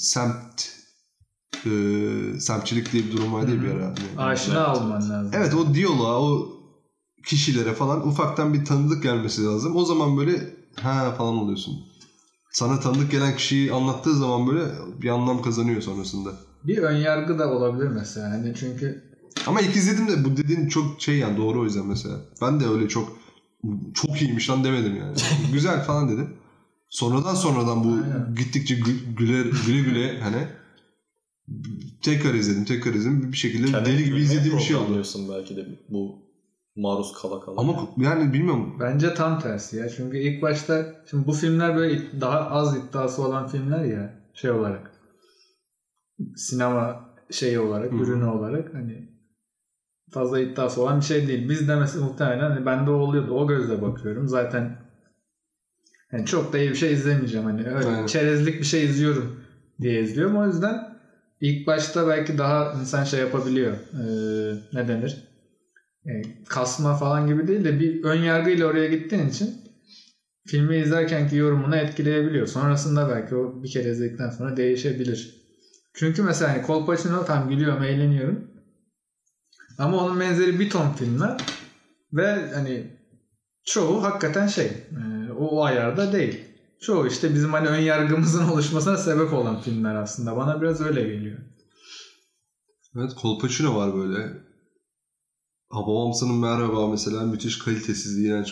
semtçilik diye bir durum var diye bir ara. Aşina olman lazım. Evet o diyaloğa, o kişilere falan ufaktan bir tanıdık gelmesi lazım. O zaman böyle falan oluyorsun. Sana tanıdık gelen kişiyi anlattığı zaman böyle bir anlam kazanıyor sonrasında. Bir önyargı da olabilir mesela. Hani çünkü ama ilk izlediğimde bu dediğin çok yani doğru o yüzden mesela. Ben de öyle çok iyiymiş lan demedim yani. Güzel falan dedim. Sonradan bu gittikçe güle hani tekrar izledim. Bir şekilde kendini deli gibi izlediğim bir şey oldu. Belki de bu maruz kala. Ama yani bilmiyorum. Bence tam tersi ya. Çünkü ilk başta şimdi bu filmler böyle daha az iddiası olan filmler ya olarak. Sinema olarak, ürünü olarak hani fazla iddiası olan bir şey değil. Biz de mesela muhtemelen hani bende oluyordu. O gözle bakıyorum. Zaten yani çok da iyi bir şey izlemeyeceğim. Hani öyle çerezlik bir şey izliyorum diye izliyorum. O yüzden ilk başta belki daha insan şey yapabiliyor. Ne denir? Kasma falan gibi değil de bir ön yargıyla oraya gittiğin için filmi izlerkenki yorumunu etkileyebiliyor. Sonrasında belki o bir kere izledikten sonra değişebilir. Çünkü mesela hani Kolpaçino tam gülüyorum, eğleniyorum. Ama onun benzeri bir ton film var. Ve hani çoğu hakikaten o ayarda değil. Çoğu işte bizim hani ön yargımızın oluşmasına sebep olan filmler aslında. Bana biraz öyle geliyor. Evet, Kolpaçino var böyle. Hababamsı'nın Merhaba mesela müthiş kalitesiz, iğrenç.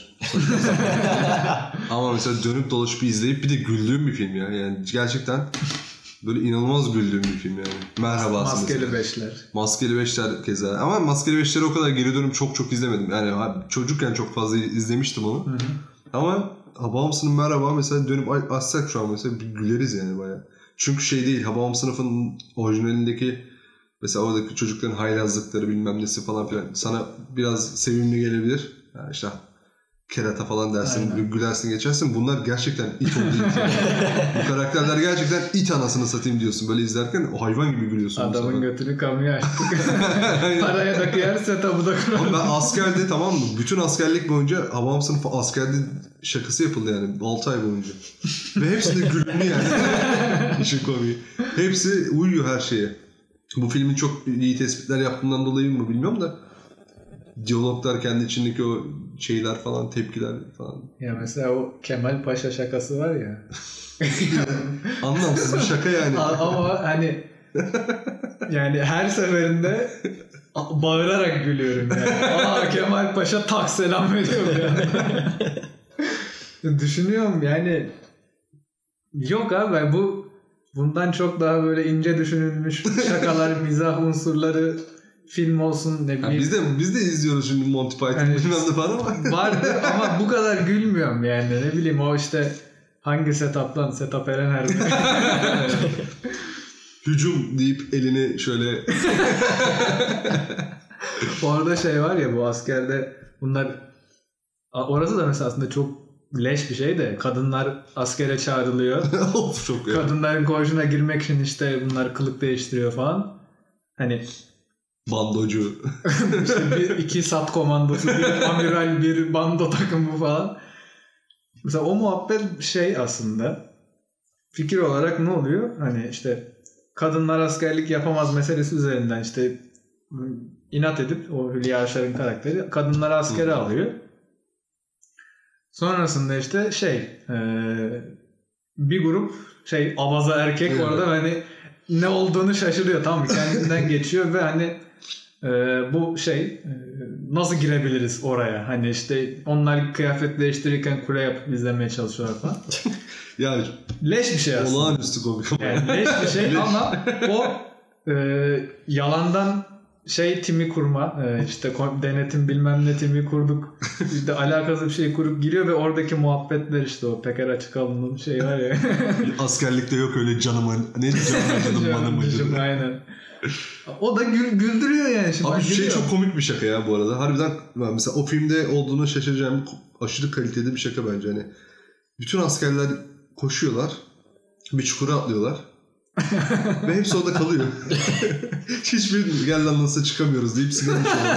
Ama mesela dönüp dolaşıp izleyip bir de güldüğüm bir film ya. Yani gerçekten böyle inanılmaz güldüğüm bir film yani. Merhaba Maskeli Beşler. Maskeli Beşler keza. Ama Maskeli Beşler'i o kadar geri dönüp çok izlemedim. Yani çocukken çok fazla izlemiştim onu. Hı-hı. Ama Hababamsı'nın Merhaba mesela dönüp açsak şu an mesela güleriz yani bayağı. Çünkü şey değil, Hababam Sınıfı'nın orijinalindeki mesela oradaki çocukların haylazlıkları bilmem nesi falan filan sana biraz sevimli gelebilir. Yani işte kerata falan dersin, gülersin geçersin. Bunlar gerçekten it olduğu için. Bu karakterler gerçekten it anasını satayım diyorsun. Böyle izlerken o hayvan gibi gülüyorsun. Adamın götünü kamuya açtık. Paraya da kıyarsa tabu da kurarım. Ben askerde, tamam mı? Bütün askerlik boyunca Hababam Sınıfı askerde şakası yapıldı yani 6 ay boyunca. Ve hepsinde gülümlü yani. İşin komiği. Hepsi uyuyor her şeye. Bu filmin çok iyi tespitler yaptığından dolayı mı bilmiyorum da diyaloglar, kendi içindeki o şeyler falan, tepkiler falan. Ya mesela o Kemal Paşa şakası var ya. Anlamsız bir şaka yani. Ama hani yani her seferinde bağırarak gülüyorum yani. Kemal Paşa tak selam veriyor yani. Düşünüyorum yani yok abi bundan çok daha böyle ince düşünülmüş şakalar, mizah unsurları film olsun ne bileyim. Biz de izliyoruz şimdi Monty Python yani, bilmem ne falan ama. Vardı ama bu kadar gülmüyorum yani. Ne bileyim o işte hangi setup'tan Setup Erener hücum deyip elini şöyle. Orada şey var ya, bu askerde bunlar, orası da mesela aslında çok leş bir şey de, kadınlar askere çağrılıyor. Of, çok ya. Kadınların koğuşuna girmek için işte bunlar kılık değiştiriyor falan. Hani bandocu. işte iki sat komandosu, bir amiral, bir bando takımı falan. Mesela o muhabbet şey aslında fikir olarak ne oluyor? Hani işte kadınlar askerlik yapamaz meselesi üzerinden işte inat edip o Hülya Avşar'ın karakteri kadınları askere alıyor. Sonrasında işte bir grup abaza erkek orada hani ne olduğunu şaşırıyor, tamam mı? Kendinden geçiyor ve hani bu nasıl girebiliriz oraya? Hani işte onlar kıyafet değiştirirken kule yapıp izlemeye çalışıyorlar falan. Yani leş bir şey aslında. Olağanüstü komik. Yani leş bir şey ama o yalandan timi kurma, işte denetim bilmem ne timi kurduk, işte alakasız bir şey kurup giriyor ve oradaki muhabbetler, işte o Peker Açıkalın'ın var ya. Askerlikte yok öyle canımın, ne canım aynen. O da güldürüyor yani. Şimdi abi çok komik bir şaka ya bu arada. Harbiden mesela o filmde olduğuna şaşıracağım, aşırı kaliteli bir şaka bence. Hani bütün askerler koşuyorlar, bir çukura atlıyorlar. Ve hepsi orada kalıyor. Hiçbir gel lan nasıl çıkamıyoruz deyip sigara içiyorlar.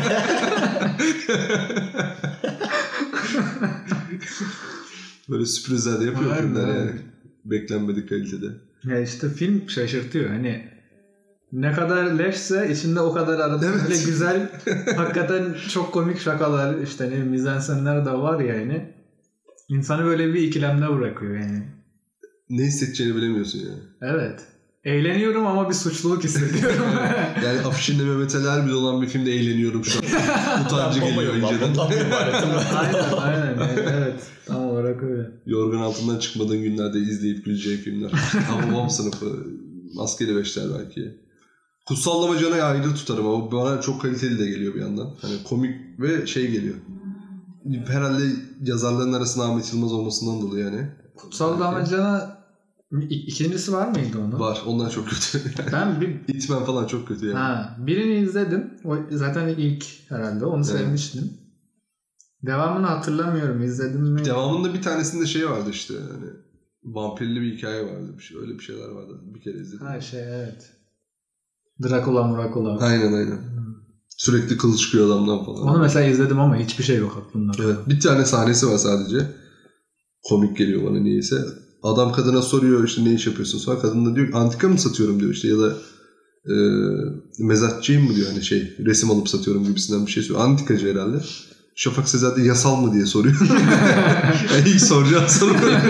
Böyle sürprizler de yapıyor filmler yani. Beklenmedik kalitede. Ya işte film şaşırtıyor. Hani ne kadar leşse içinde o kadar arada böyle güzel, hakikaten çok komik şakalar, işte mizansenler de var yani. İnsanı böyle bir ikilemde bırakıyor yani. Ne hissedeceğini bilemiyorsun yani. Evet. Eğleniyorum ama bir suçluluk hissediyorum. Yani afişinde Mehmet Ali Erbil olan bir filmde eğleniyorum şu an. Utancı geliyor inceden. Aynen. Evet. Tam olarak öyle. Yorgan altından çıkmadığın günlerde izleyip güleceğin filmler. Hababam Sınıfı, Maskeli Beşler belki. Kutsal Damacana'yı ayrı tutarım ama bana çok kaliteli de geliyor bir yandan. Hani komik ve geliyor. Herhalde yazarların arasında Ahmet Yılmaz olmasından dolayı yani. Kutsal Damacana İkincisi var mıydı onun? Var. Onlar çok kötü. Ben Hitman falan çok kötü yani. Birini izledim. O zaten ilk herhalde. Onu sevmiştim. Devamını hatırlamıyorum. İzledim mi? Devamında bir tanesinde şey vardı işte. Hani vampirli bir hikaye vardı. Öyle bir şeyler vardı. Bir kere izledim. Evet. Dracula. Aynen. Sürekli kılıç çıkıyor adamdan falan. Onu mesela izledim ama hiçbir şey yok aklımda. Evet. Bir tane sahnesi var sadece. Komik geliyor bana niyeyse. Adam kadına soruyor işte ne iş yapıyorsun? Sonra kadın da diyor antika mı satıyorum diyor işte ya da mezatçıyım mı diyor hani resim alıp satıyorum gibisinden bir şey söylüyor. Antikacı herhalde. Şafak Sezer de yasal mı diye soruyor. Yani ilk soracağı soru.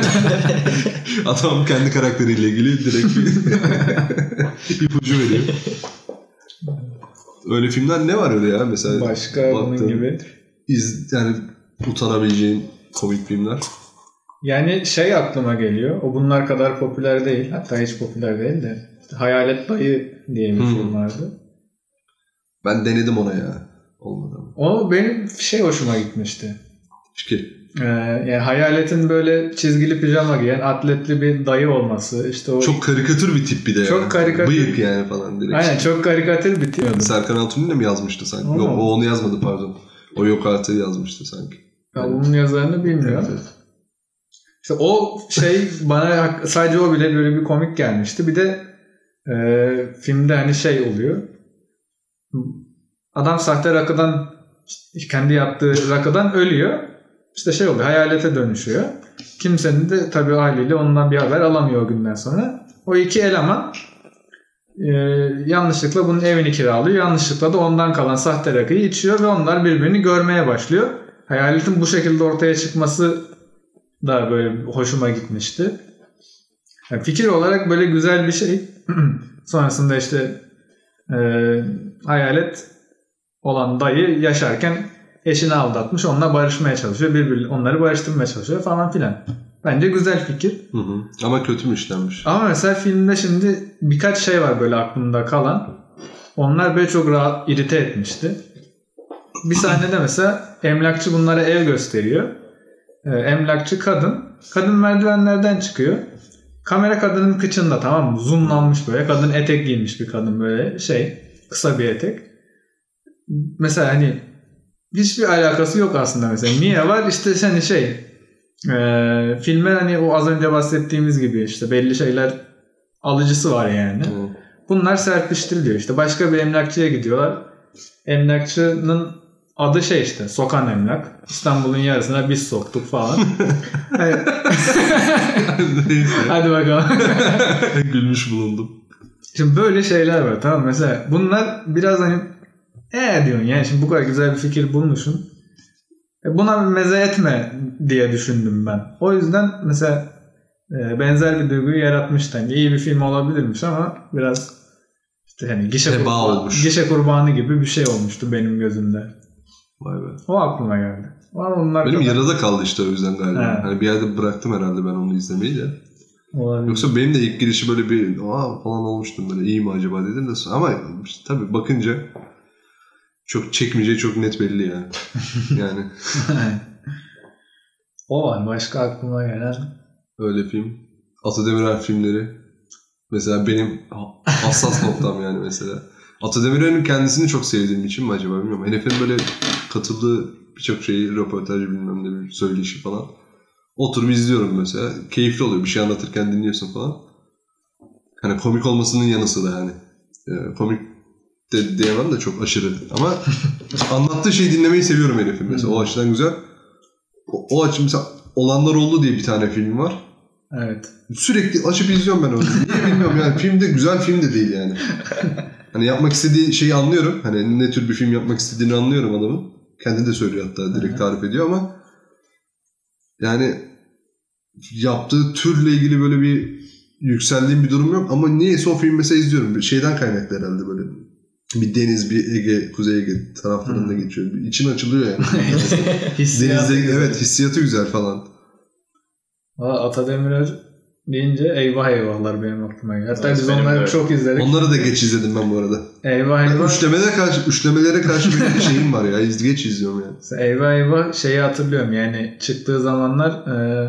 Adam kendi karakteriyle ilgili direkt bir ipucu veriyor. Öyle filmler ne var öyle ya mesela? Başka bunun gibi. Yani utanabileceğin komik filmler. Yani aklıma geliyor. O bunlar kadar popüler değil. Hatta hiç popüler değil de. Hayalet Dayı diye bir film vardı. Ben denedim ona ya. Olmadı ama. O benim hoşuma gitmişti. Fikir. Yani hayaletin böyle çizgili pijama giyen atletli bir dayı olması. İşte o çok karikatür bir tip bir de. Çok karikatür. Bıyık yani falan direkt. Aynen çok karikatür bir tip. Serkan Altun'un mi yazmıştı sanki? Yok o onu yazmadı pardon. O Yok Artı'yı yazmıştı sanki. Ya bunun yazarını bilmiyorum. Evet. İşte o bana sadece o bile böyle bir komik gelmişti. Bir de filmde hani oluyor. Adam sahte rakıdan kendi yaptığı rakıdan ölüyor. İşte oluyor. Hayalete dönüşüyor. Kimsenin de tabii haliyle ondan bir haber alamıyor o günden sonra. O iki eleman yanlışlıkla bunun evini kiralıyor. Yanlışlıkla da ondan kalan sahte rakıyı içiyor ve onlar birbirini görmeye başlıyor. Hayaletin bu şekilde ortaya çıkması da böyle hoşuma gitmişti. Yani fikir olarak böyle güzel bir şey. Sonrasında hayalet olan dayı yaşarken eşini aldatmış. Onunla barışmaya çalışıyor. Onları barıştırmaya çalışıyor falan filan. Bence güzel fikir. Ama kötü mü işlenmiş? Ama mesela filmde şimdi birkaç var böyle aklımda kalan. Onlar böyle çok rahat irite etmişti. Bir sahnede mesela emlakçı bunlara ev gösteriyor. Emlakçı kadın. Kadın merdivenlerden çıkıyor. Kamera kadının kıçında, tamam mı? Zoomlanmış böyle. Kadın etek giymiş bir kadın böyle kısa bir etek. Mesela hani hiçbir alakası yok aslında mesela. Niye var? İşte filme hani o az önce bahsettiğimiz gibi belli şeyler alıcısı var yani. Bunlar serpiştiriliyor. İşte başka bir emlakçıya gidiyorlar. Emlakçının adı Sokan Emlak. İstanbul'un yarısına biz soktuk falan. Hadi bakalım. Gülmüş bulundum. Şimdi böyle şeyler var, tamam mı? Mesela bunlar biraz hani diyorsun yani şimdi bu kadar güzel bir fikir bulmuşsun. Buna meze etme diye düşündüm ben. O yüzden mesela benzer bir duyguyu yaratmıştı. Yani iyi bir film olabilirmiş ama biraz hani gişe kurbanı gibi bir şey olmuştu benim gözümde. Vay be. O aklıma geldi. Benim yarıda kaldı işte o yüzden galiba. Hani bir yerde bıraktım herhalde ben onu izlemeyi de. Olabilir. Yoksa benim de ilk girişi böyle bir falan olmuştum böyle iyi mi acaba dedim de ama tabii bakınca çok çekmeyeceği çok net belli yani. Yani. O var. Başka aklıma gelen. Öyle film. Ata Demirer filmleri. Mesela benim hassas noktam yani mesela. Ata Demirer'in kendisini çok sevdiğim için mi acaba bilmiyorum. Herifin böyle katıldığı birçok röportajı bilmem ne söyleşi falan. Oturup izliyorum mesela. Keyifli oluyor. Bir şey anlatırken dinliyorsun falan. Hani komik olmasının yanı sıra yani. Komik de diyemem de çok aşırı. Ama anlattığı şeyi dinlemeyi seviyorum herifin mesela. O açıdan güzel. O açı mesela Olanlar Oldu diye bir tane film var. Evet. Sürekli açıp izliyorum ben onu. Niye bilmiyorum yani. Film de güzel film de değil yani. Hani yapmak istediği şeyi anlıyorum. Hani ne tür bir film yapmak istediğini anlıyorum adamın. Kendi de söylüyor hatta direkt tarif ediyor ama yani yaptığı türle ilgili böyle bir yükseldiğim bir durum yok ama niyeyse o film mesela izliyorum. Bir şeyden kaynaklı herhalde böyle. Bir deniz, bir Ege, Kuzey Ege taraflarında geçiyor. İçin açılıyor yani. Denizde evet hissiyatı güzel falan. Ata Demirer deyince Eyvah Eyvahlar benim aklıma geldi. Hatta biz onları çok izledik. Onları da geç izledim ben bu arada. Eyvah Eyvah. Üçlemelere karşı bir şeyim var ya. Geç izliyorum yani. Eyvah Eyvah hatırlıyorum yani çıktığı zamanlar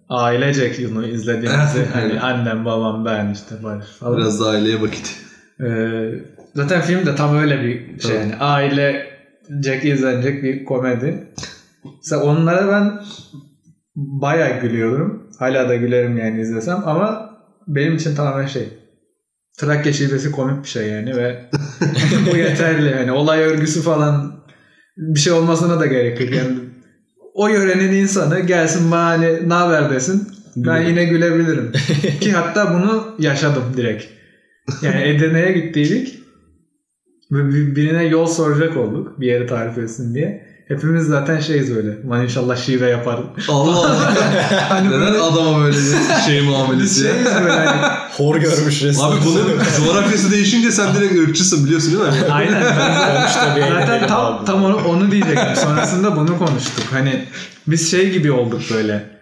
ailecek bunu izlediğimizi hani annem, babam, ben işte Barış falan. Biraz da aileye vakit. Zaten film de tam öyle bir şey yani ailecek izlenecek bir komedi. Mesela onlara ben bayağı gülüyorum. Hala da gülerim yani izlesem ama benim için tamamen Trakya şivesi komik bir şey yani ve bu yeterli yani olay örgüsü falan bir şey olmasına da gerek yok yani o yörenin insanı gelsin bana hani ne haber desin ben yine gülebilirim ki hatta bunu yaşadım direkt yani Edirne'ye gittiydik birine yol soracak olduk bir yeri tarif etsin diye. Hepimiz zaten böyle. Man inşallah şive yaparım. Allah Allah. Hani neden adama böyle bir muamelesi ya? Böyle hani. Hor görmüş resmen. Abi bunun coğrafyası değişince sen direkt ırkçısın biliyorsun değil mi? Aynen. Zaten tam onu diyecektim. Sonrasında bunu konuştuk. Hani biz gibi olduk böyle.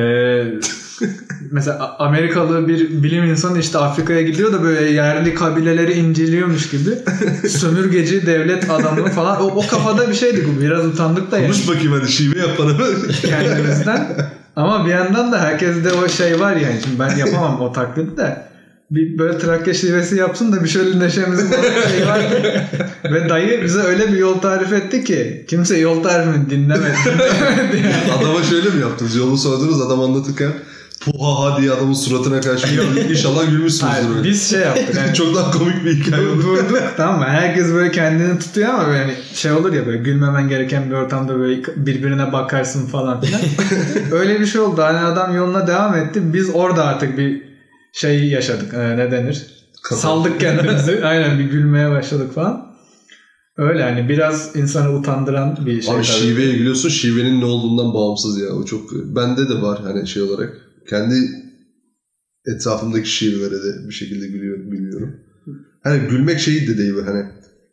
Mesela Amerikalı bir bilim insanı işte Afrika'ya gidiyor da böyle yerli kabileleri inceliyormuş gibi sömürgeci devlet adamı falan o kafada bir şeydi bu biraz utandık da yani. Konuş bakayım hadi şive yap bana. Kendimizden ama bir yandan da herkeste o var yani şimdi ben yapamam o taklidi de bir böyle Trakya şivesi yapsın da bir şöyle neşemizin var ve dayı bize öyle bir yol tarif etti ki kimse yol tarifini dinlemedi yani. Adama şöyle mi yaptınız yolu sordunuz adam anlatırken puhaha diye adamın suratına karşı inşallah gülmüşsünüzdür öyle. Biz yaptık. Yani çok daha komik bir hikaye oldu. Durduk tamam mı? Herkes böyle kendini tutuyor ama yani olur ya böyle gülmemen gereken bir ortamda böyle birbirine bakarsın falan filan. Öyle bir şey oldu. Hani adam yoluna devam etti. Biz orada artık bir yaşadık. Ne denir? Saldık kendimizi. Aynen bir gülmeye başladık falan. Öyle hani biraz insanı utandıran bir şey. Abi şiveye gülüyorsun. Şivenin ne olduğundan bağımsız ya. O çok bende de var hani olarak. Kendi etrafımdaki şivelere de bir şekilde gülüyorum. Hani gülmek de değil hani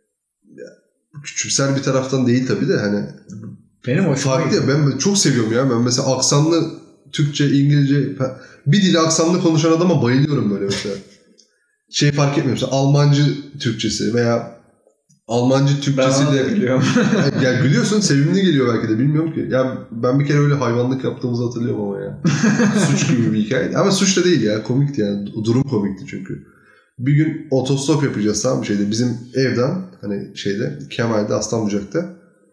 küçümser bir taraftan değil tabii de hani benim hoşuma farklı ya ben çok seviyorum ya. Ben mesela aksanlı Türkçe, İngilizce bir dili aksanlı konuşan adama bayılıyorum böyle mesela. Fark etmiyor mesela Almancı Türkçesi veya Almancı Türkçesiyle gülüyorum. Yani gülüyorsun sevimli geliyor belki de bilmiyorum ki. Ya ben bir kere öyle hayvanlık yaptığımızı hatırlıyorum ama ya. Suç gibi bir hikaye. Ama suç da değil ya komikti yani. Durum komikti çünkü. Bir gün otostop yapacağız tamam bizim evden hani Kemal'de Aslanbucak'ta.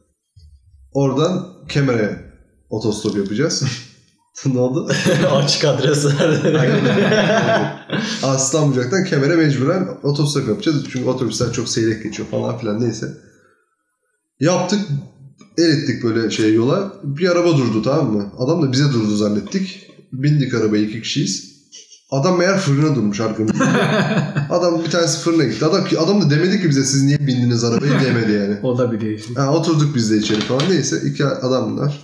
Oradan Kemer'e otostop yapacağız. Ne oldu? Açık adres Aslanbucak'tan Kemer'e mecburen otostop yapacağız. Çünkü otobüsler çok seyrek geçiyor falan filan neyse. Yaptık. Erittik böyle yola. Bir araba durdu tamam mı? Adam da bize durdu zannettik. Bindik arabaya 2 kişiyiz. Adam meğer fırına durmuş arkamızda. Adam bir tanesi fırına gitti. Adam da demedi ki bize siz niye bindiniz arabaya demedi yani. O da bir değişik. Oturduk biz de içeri falan. Neyse 2 adamlar.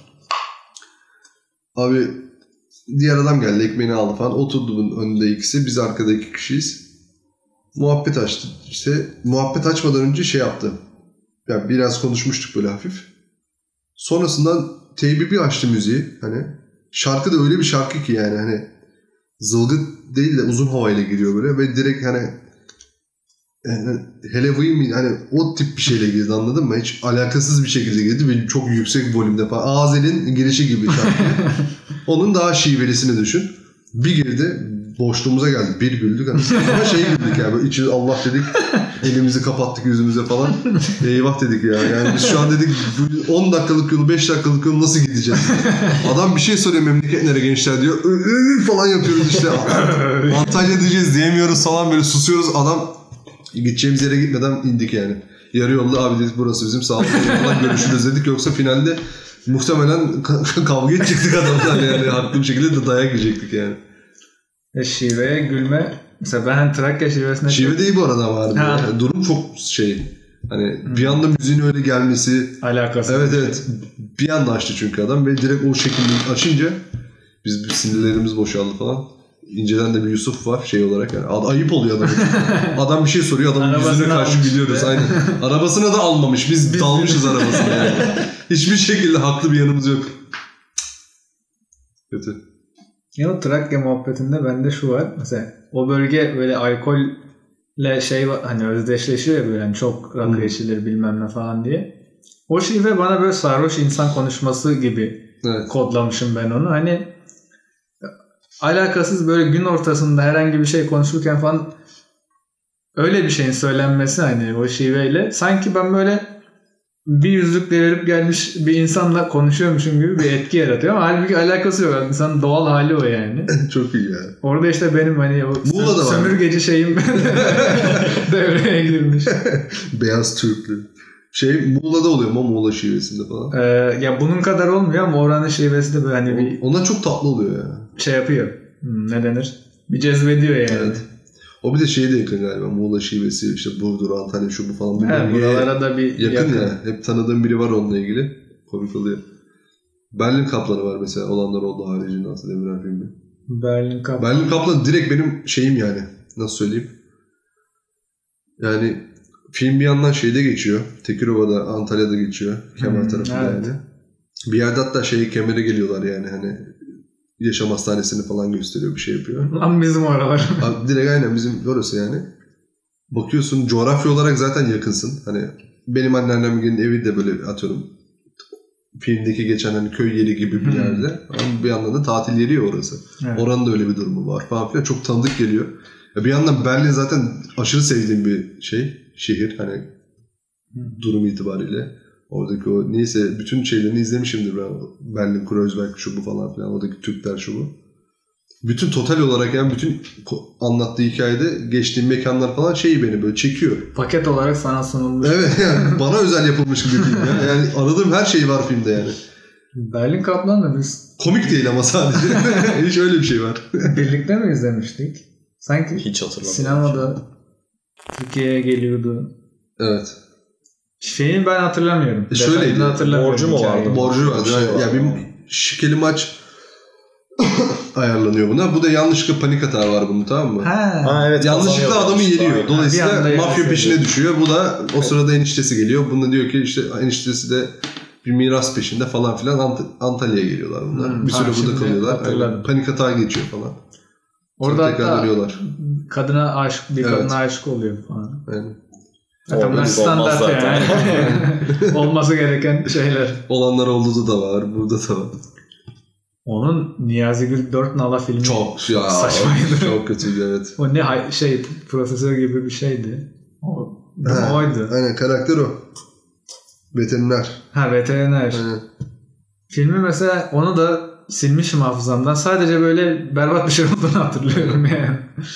Abi diğer adam geldi ekmeğini aldı falan. Oturdu bunun önünde ikisi. Biz arkada 2 kişiyiz. Muhabbet açtı. Muhabbet açmadan önce yaptı. Yani biraz konuşmuştuk böyle hafif. Sonrasından teybi bir açtı müziği. Hani şarkı da öyle bir şarkı ki yani hani zılgıt değil de uzun havayla giriyor böyle ve direkt hani Halloween hani o tip bir şeyle girdi anladın mı? Hiç alakasız bir şekilde girdi ve çok yüksek volümde falan. Azel'in girişi gibi şarkı. Onun daha şivelisini düşün. Bir girdi boşluğumuza geldi. Bir güldük ama güldük yani böyle içi Allah dedik. Elimizi kapattık yüzümüze falan. Eyvah dedik ya. Yani biz şu an dedik 10 dakikalık yolu 5 dakikalık yolu nasıl gideceğiz? Adam bir şey soruyor memleket nere gençler diyor. Falan yapıyoruz işte. Antalya diyeceğiz diyemiyoruz falan böyle susuyoruz. Adam gideceğimiz yere gitmeden indik yani. Yarı yolda abi dedik burası bizim sağ olun falan görüşürüz dedik. Yoksa finalde muhtemelen kavga edecektik adamlar yani. Haklı bir şekilde de dayak yiyecektik yani. Şiveye gülme. Mesela ben Trakya şivesine... Şive değil bu arada vardı. Yani durum çok hani bir anda müziğin öyle gelmesi... Alakası. Evet. Bir anda açtı çünkü adam ve direkt o şekilde açınca biz sinirlerimiz boşaldı falan. İnceden de bir Yusuf var olarak yani. Ayıp oluyor adamın. Adam bir şey soruyor adamın yüzüne karşı gülüyoruz. Aynen. Arabasına da almamış. Biz dalmışız arabasına yani. Hiçbir şekilde haklı bir yanımız yok. Kötü. Ya o Trakya muhabbetinde bende şu var. Mesela o bölge böyle alkolle hani özdeşleşiyor ya böyle hani çok rakı içilir bilmem ne falan diye. O şive bana böyle sarhoş insan konuşması gibi kodlamışım ben onu. Hani alakasız böyle gün ortasında herhangi bir şey konuşurken falan öyle bir şeyin söylenmesi hani o şiveyle sanki ben böyle bir yüzlük devirip gelmiş bir insanla konuşuyormuşum gibi bir etki yaratıyor ama halbuki alakası yok. İnsanın doğal hali o yani. Çok iyi yani. Orada işte benim hani o sömürgeci şeyim devreye girmiş. Beyaz Türklü. Muğla'da oluyor mu? Muğla şivesinde falan. Ya bunun kadar olmuyor ama oranın şivesi de böyle hani bir... Ona çok tatlı oluyor ya. Şey yapıyor. Ne denir? Bir cezbediyor yani. Evet. O bir de şeye de yakın galiba. Muğla şivesi, işte Burdur, Antalya, şu bu falan. Evet, buralara da bir yakın ya. Hep tanıdığım biri var onunla ilgili. Komik oluyor. Berlin Kaplanı var mesela. Olanlar oldu haricinde aslında Demirel filmi. Berlin Kaplanı direkt benim şeyim yani. Nasıl söyleyeyim? Yani film bir yandan şeyde geçiyor. Tekirova'da, Antalya'da geçiyor. Kemer tarafında evet. yani. Bir yerde hatta Kemer'e geliyorlar yani hani yaşam hastanesini falan gösteriyor, bir şey yapıyor. Lan bizim oralar. Direkt aynen bizim orası yani. Bakıyorsun coğrafya olarak zaten yakınsın. Hani benim anneannemin evi de böyle atıyorum filmdeki geçen hani köy yeri gibi bir yerde. Ama bir yandan da tatil yeri ya orası. Evet. Oranın da öyle bir durumu var falan filan. Çok tanıdık geliyor. Bir yandan Berlin zaten aşırı sevdiğim bir şehir. Hani durum itibariyle. Oradaki o neyse bütün şeylerini izlemişimdir ben. Berlin, Kreuzberg şu bu falan filan. Oradaki Türkler şu bu. Bütün total olarak yani bütün anlattığı hikayede geçtiğim mekanlar falan beni böyle çekiyor. Paket olarak sana sunulmuş. Evet yani bana özel yapılmış gibi film ya. Yani aradığım her şey var filmde yani. Berlin Kaplan da biz... Komik değil ama sadece. Hiç öyle bir şey var. Birlikte mi izlemiştik? Sanki hiç hatırlamıyorum. Sinemada Türkiye'ye geliyordu. Evet. Şeyini ben hatırlamıyorum. Şöyleydi. Borcu mu vardı? Borcu vardı. Ya bir şikeli maç ayarlanıyor buna. Bu da yanlışlıkla panik hata var bunun, tamam mı? Ha evet. Yanlışlıkla adamı yeriyor. Dolayısıyla mafya peşine düşüyor. Bu da o sırada eniştesi geliyor. Bunda diyor ki işte eniştesi de bir miras peşinde falan filan Antalya'ya geliyorlar bunlar. Bir süre burada kalıyorlar. Yani panik hata geçiyor falan. Orada tekrar dönüyorlar. Kadına aşık oluyor falan. Yani. Bunlar standart yani. Olması gereken şeyler. Olanlar olduğu da var. Burada da var. Onun Niyazi Gül 4 Nala filmi çok ya, saçmaydı. Çok kötüydü evet. O ne profesör gibi bir şeydi. Oydu. Aynen karakter o. Veteriner. Veteriner. Aynen. Filmi mesela onu da silmişim hafızamdan. Sadece böyle berbat bir şey olduğunu hatırlıyorum yani.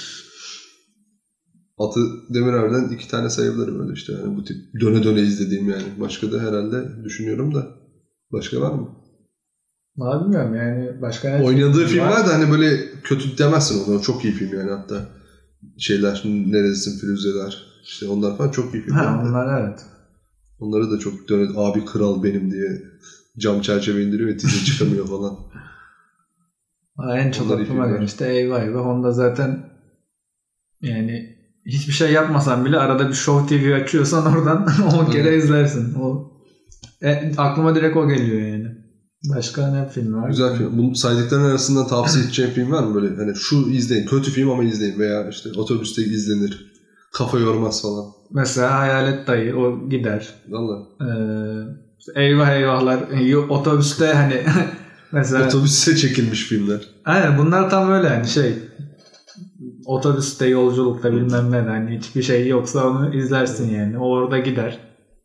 Atı Demirer'den 2 tane sayabilirim öyle işte. Yani bu tip döne döne izlediğim yani. Başka da herhalde düşünüyorum da. Başka var mı? Bilmiyorum yani. Başka oynadığı filmler de hani böyle kötü demezsin ona. Çok iyi film yani hatta. Neredesin Firuzeler. İşte onlar falan çok iyi filmler. Onlar evet. Onları da çok döne abi kral benim diye cam çerçeve indiriyor ve tize çıkamıyor falan. En çok aklıma gelen işte eyvah. Onda zaten yani hiçbir şey yapmasan bile arada bir Show TV açıyorsan oradan 10 kere izlersin. Aklıma direkt o geliyor yani. Başka ne film var? Güzel film. Bu saydıkların arasında tavsiye edeceğim film var mı böyle? Hani şu izleyin. Kötü film ama izleyin. Veya işte otobüste izlenir. Kafa yormaz falan. Mesela Hayalet Dayı. O gider. Valla. Eyvahlar. Otobüste hani mesela. Otobüste çekilmiş filmler. Aynen bunlar tam öyle hani otobüste yolculukta bilmem ne hani hiçbir şey yoksa onu izlersin yani. O orada gider.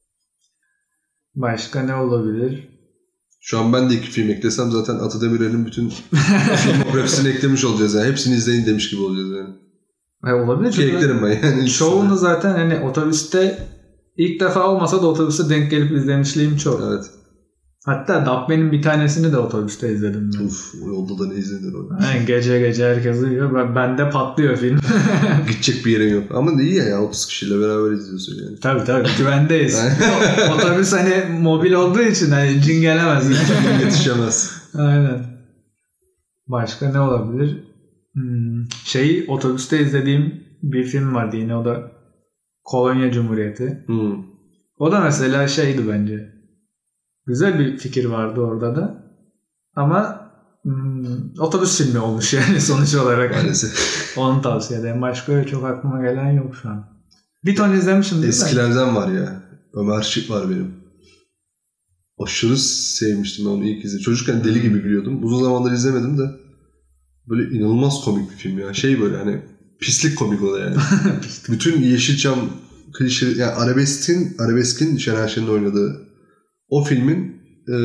Başka ne olabilir? Şu an ben de 2 film eklesem zaten Atı Demirer'in bütün filmografisini eklemiş olacağız yani. Hepsini izleyin demiş gibi olacağız yani. Olabilir. Ki eklerim ben yani. Çoğunu zaten hani otobüste ilk defa olmasa da otobüste denk gelip izlemişliğim çok. Evet. Hatta Dabbe'nin bir tanesini de otobüste izledim ben. Yolda da ne izlenir o. Yani gece herkes uyuyor. Bende patlıyor film. Gidecek bir yerin yok. Ama iyi ya 30 kişiyle beraber izliyorsun yani. Tabii güvendeyiz. Otobüs hani mobil olduğu için hani cin gelemez. Yetişemez. Aynen. Başka ne olabilir? Otobüste izlediğim bir film vardı yine, o da Kolonya Cumhuriyeti. O da mesela bence. Güzel bir fikir vardı orada da. Ama otobüs filmi olmuş yani sonuç olarak. Maalesef. Onu tavsiye ederim. Başka öyle çok aklıma gelen yok şu an. Bir ton izlemişim değil mi? Eskilerden var ya. Ömer Şık var benim. Aşırı sevmiştim ben onu ilk izledim. Çocukken deli gibi gülüyordum. Uzun zamandır izlemedim de. böyle inanılmaz komik bir film ya. Şey böyle hani pislik komik o da yani. Bütün Yeşilçam klişe yani arabeskin Şener Şen'in oynadığı o filmin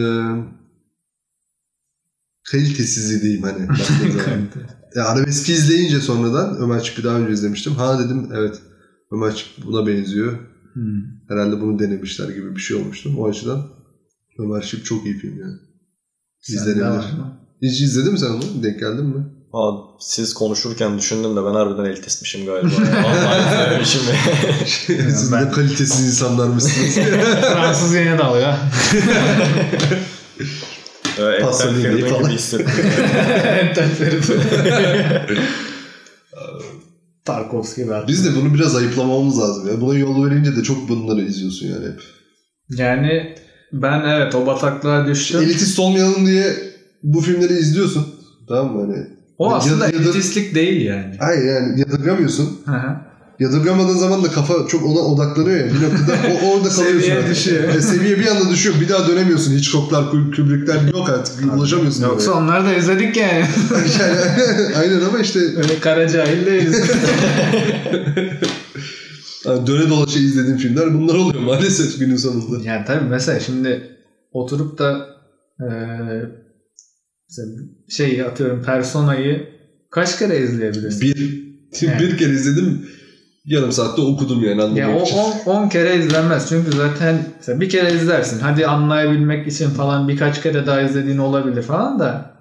kalitesizliği diyeyim hani. Yani arabeski izleyince sonradan Ömer Çift'i daha önce izlemiştim. Ha dedim evet Ömer Çift buna benziyor. Herhalde bunu denemişler gibi bir şey olmuştu. O açıdan Ömer Çift çok iyi film yani. İzlenebilir. Hiç izledin mi sen onu? Denk geldin mi? Abi, siz konuşurken düşündüm de ben harbiden elitistmişim galiba. Vallahi izlememişim. Siz de kalitesiz insanlar mısınız? Fransız yeni dalga. Entel Feridun gibi hissettim. Entel Feridun. Tarkovski var. Biz de bunu biraz ayıplamamız lazım ya. Buna yol verince de çok bunları izliyorsun yani hep. Yani ben evet o bataklığa düştüm. Elitist olmayalım diye bu filmleri izliyorsun. Tamam mı? Hani o aslında elitistlik değil yani. Hayır yani yadırgamıyorsun. Hı. Yadırgamadığın zaman da kafa çok ona odaklanıyor ya. Bir noktada orada kalıyorsun. Seviye düşüyor. Seviye bir anda düşüyor. Bir daha dönemiyorsun. Hitchcock'lar, Kubrick'ler yok artık. Ulaşamıyorsun. Yoksa oraya. Onları da izledik yani. Aynen ama işte. Öyle kara cahil değiliz. Yani döne dolaşa izlediğim filmler bunlar oluyor maalesef günün sonunda. Yani tabii mesela şimdi oturup da şey atıyorum Persona'yı kaç kere izleyebilirsin? Bir kere izledim. Yarım saatte okudum yani anlamak için. 10 kere izlenmez. Çünkü zaten bir kere izlersin. Hadi anlayabilmek için falan birkaç kere daha izlediğin olabilir falan da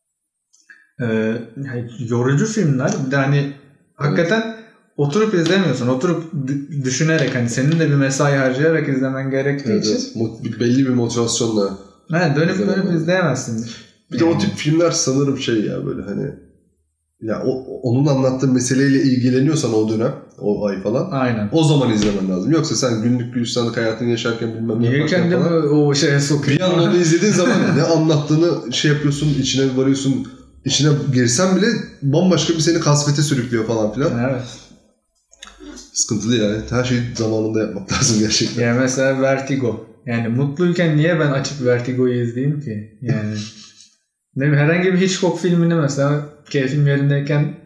yani yorucu filmler. Bir de hani hakikaten oturup izlemiyorsun. Oturup düşünerek hani senin de bir mesai harcayarak izlemen gerektiği için. Evet. Belli bir motivasyonla. Dönüp izleyemezsin. Bir de o tip filmler sanırım şey ya böyle hani ya onun anlattığı meseleyle ilgileniyorsan o dönem, o ay falan. Aynen. O zaman izlemen lazım. Yoksa sen günlük gülistanlık hayatını yaşarken bilmem ne yaparken falan. O şeye sokuyor. Bir anda onu izlediğin zaman ne anlattığını şey yapıyorsun, içine varıyorsun. İçine girsen bile bambaşka bir seni kasvete sürüklüyor falan filan. Evet. Sıkıntılı yani. Her şeyi zamanında yapmak lazım gerçekten. Yani mesela Vertigo. Yani mutluyken niye ben açıp Vertigo'yu izleyeyim ki? Yani ne herhangi bir Hitchcock filmini mesela keyfim yerindeyken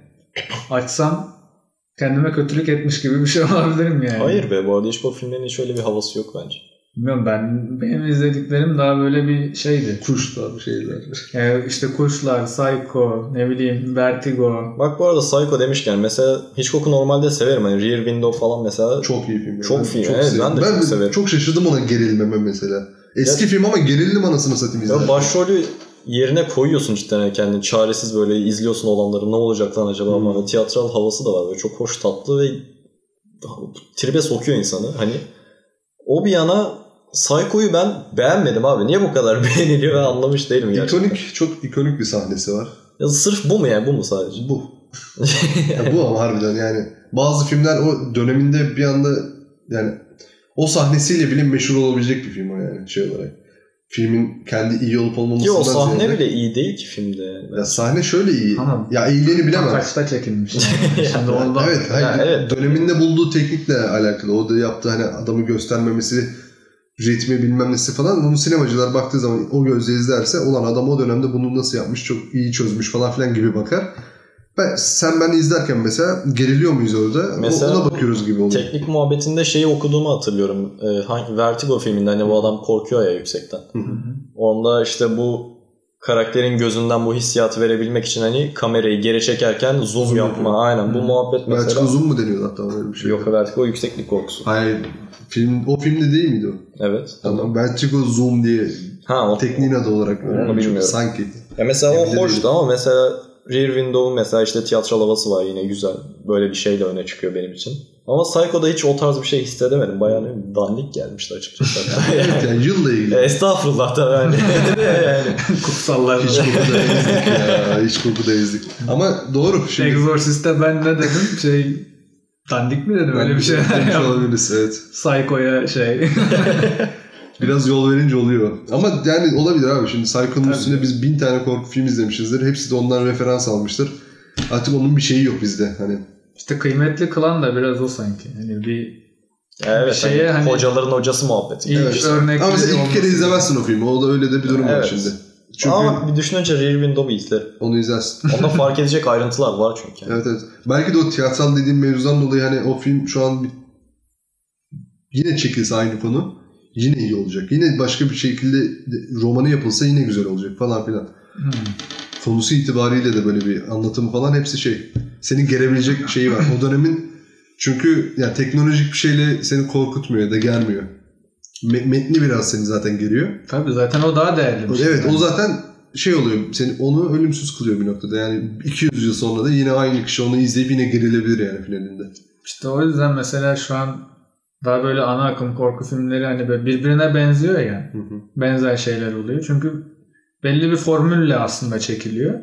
açsam kendime kötülük etmiş gibi bir şey olabilirim yani. Hayır be, bu arada Hitchcock filmlerinin hiç öyle bir havası yok bence. Bilmiyorum, benim izlediklerim daha böyle bir şeydi. Kuşlar bir şeyler. Yani işte Kuşlar, Psycho, ne bileyim Vertigo. Bak bu arada Psycho demişken mesela Hitchcock'u normalde severim. Hani Rear Window falan mesela. Çok iyi film. Çok film. Evet, ben de çok severim. Çok şaşırdım ona gerilmeme mesela. Eski film ama gerildim anasını satayım izlerken. Başrolü yerine koyuyorsun cidden kendini. Çaresiz böyle izliyorsun olanları. Ne olacak lan acaba? Ama tiyatral havası da var. Böyle çok hoş, tatlı ve tribe sokuyor insanı. Hani o bir yana Psycho'yu ben beğenmedim abi. Niye bu kadar beğeniliyor ben anlamış değilim gerçekten. Çok ikonik bir sahnesi var. Ya sırf bu mu yani? Bu mu sadece? Bu. Ya bu ama harbiden yani. Bazı filmler o döneminde bir anda yani o sahnesiyle bile meşhur olabilecek bir film o yani şey olarak. Filmin kendi iyi olup olmamasından ziyade. Yok, sahne ziyade. bile iyi değil ki filmde yani. Ya sahne şöyle iyi. Tamam. Ya iyiliğini bilemem. Kaçta çekilmiş yani. Şimdi ondan... Evet. Döneminde bulduğu teknikle alakalı. O da yaptığı hani adamı göstermemesi, ritmi bilmem nesi falan. Bunu sinemacılar baktığı zaman o gözle izlerse ulan adam o dönemde bunu nasıl yapmış, çok iyi çözmüş falan filan gibi bakar. Ben izlerken mesela geriliyor muyuz orada? Mesela ona bakıyoruz gibi oluyor. Teknik muhabbetinde şeyi okuduğumu hatırlıyorum. Vertigo filminde hani bu adam korkuyor ya yüksekten. Onda işte bu karakterin gözünden bu hissiyatı verebilmek için hani kamerayı geri çekerken zoom yapma. Aynen bu muhabbet mesela. Vertigo zoom mu deniyordu hatta öyle bir şey? Yok, Vertigo yükseklik korkusu. Hayır. O filmde değil miydi o? Evet. Tamam. Vertigo zoom diye tekniğin adı olarak. Onu bilmiyorum. Sanki. Ya mesela o hoştu ama mesela Rear Window'un mesela işte tiyatral havası var yine güzel. Böyle bir şeyle öne çıkıyor benim için. Ama Psycho'da hiç o tarz bir şey hissedemedim. Bayağı dandik gelmişti açıkçası. Evet yani yılla ilgili. Estağfurullah da yani. Kutsallar. Hiç kokuda ezdik. Ama doğru. Şimdi... Exorcist'te ben ne dedim? Dandik mi dedim? Öyle bir şey. Olabiliriz, evet. Psycho'ya Biraz yol verince oluyor. Ama yani olabilir abi. Şimdi Psycho'nun üstünde biz 1000 tane korku film izlemişizdir. Hepsi de ondan referans almıştır. Artık onun bir şeyi yok bizde. Hani İşte kıymetli kılan da biraz o sanki. Hani evet, bir şeye hani hocaların hocası muhabbeti. Evet. Ama mesela ilk kere izlemezsin o filmi. O da öyle de bir durum var şimdi. Çünkü ama bir düşününce Rear Window'u izlerim. onu izlersin. Onda fark edecek ayrıntılar var çünkü. Evet evet. Belki de o tiyatral dediğim mevzudan dolayı hani o film şu an yine çekilse aynı konu yine iyi olacak. Yine başka bir şekilde romanı yapılsa yine güzel olacak falan filan. Konusu itibariyle de böyle bir anlatımı falan hepsi şey. Seni gerebilecek şeyi var. O dönemin çünkü yani teknolojik bir şeyle seni korkutmuyor ya da germiyor. Metni biraz seni zaten geriyor. Tabii zaten o daha değerli bir şey. Evet, o zaten şey oluyor. Seni onu ölümsüz kılıyor bir noktada. Yani 200 yıl sonra da yine aynı kişi onu izleyip yine gerilebilir yani finalinde. İşte o yüzden mesela şu an daha böyle ana akım korku filmleri hani böyle birbirine benziyor ya. Benzer şeyler oluyor. Çünkü belli bir formülle aslında çekiliyor.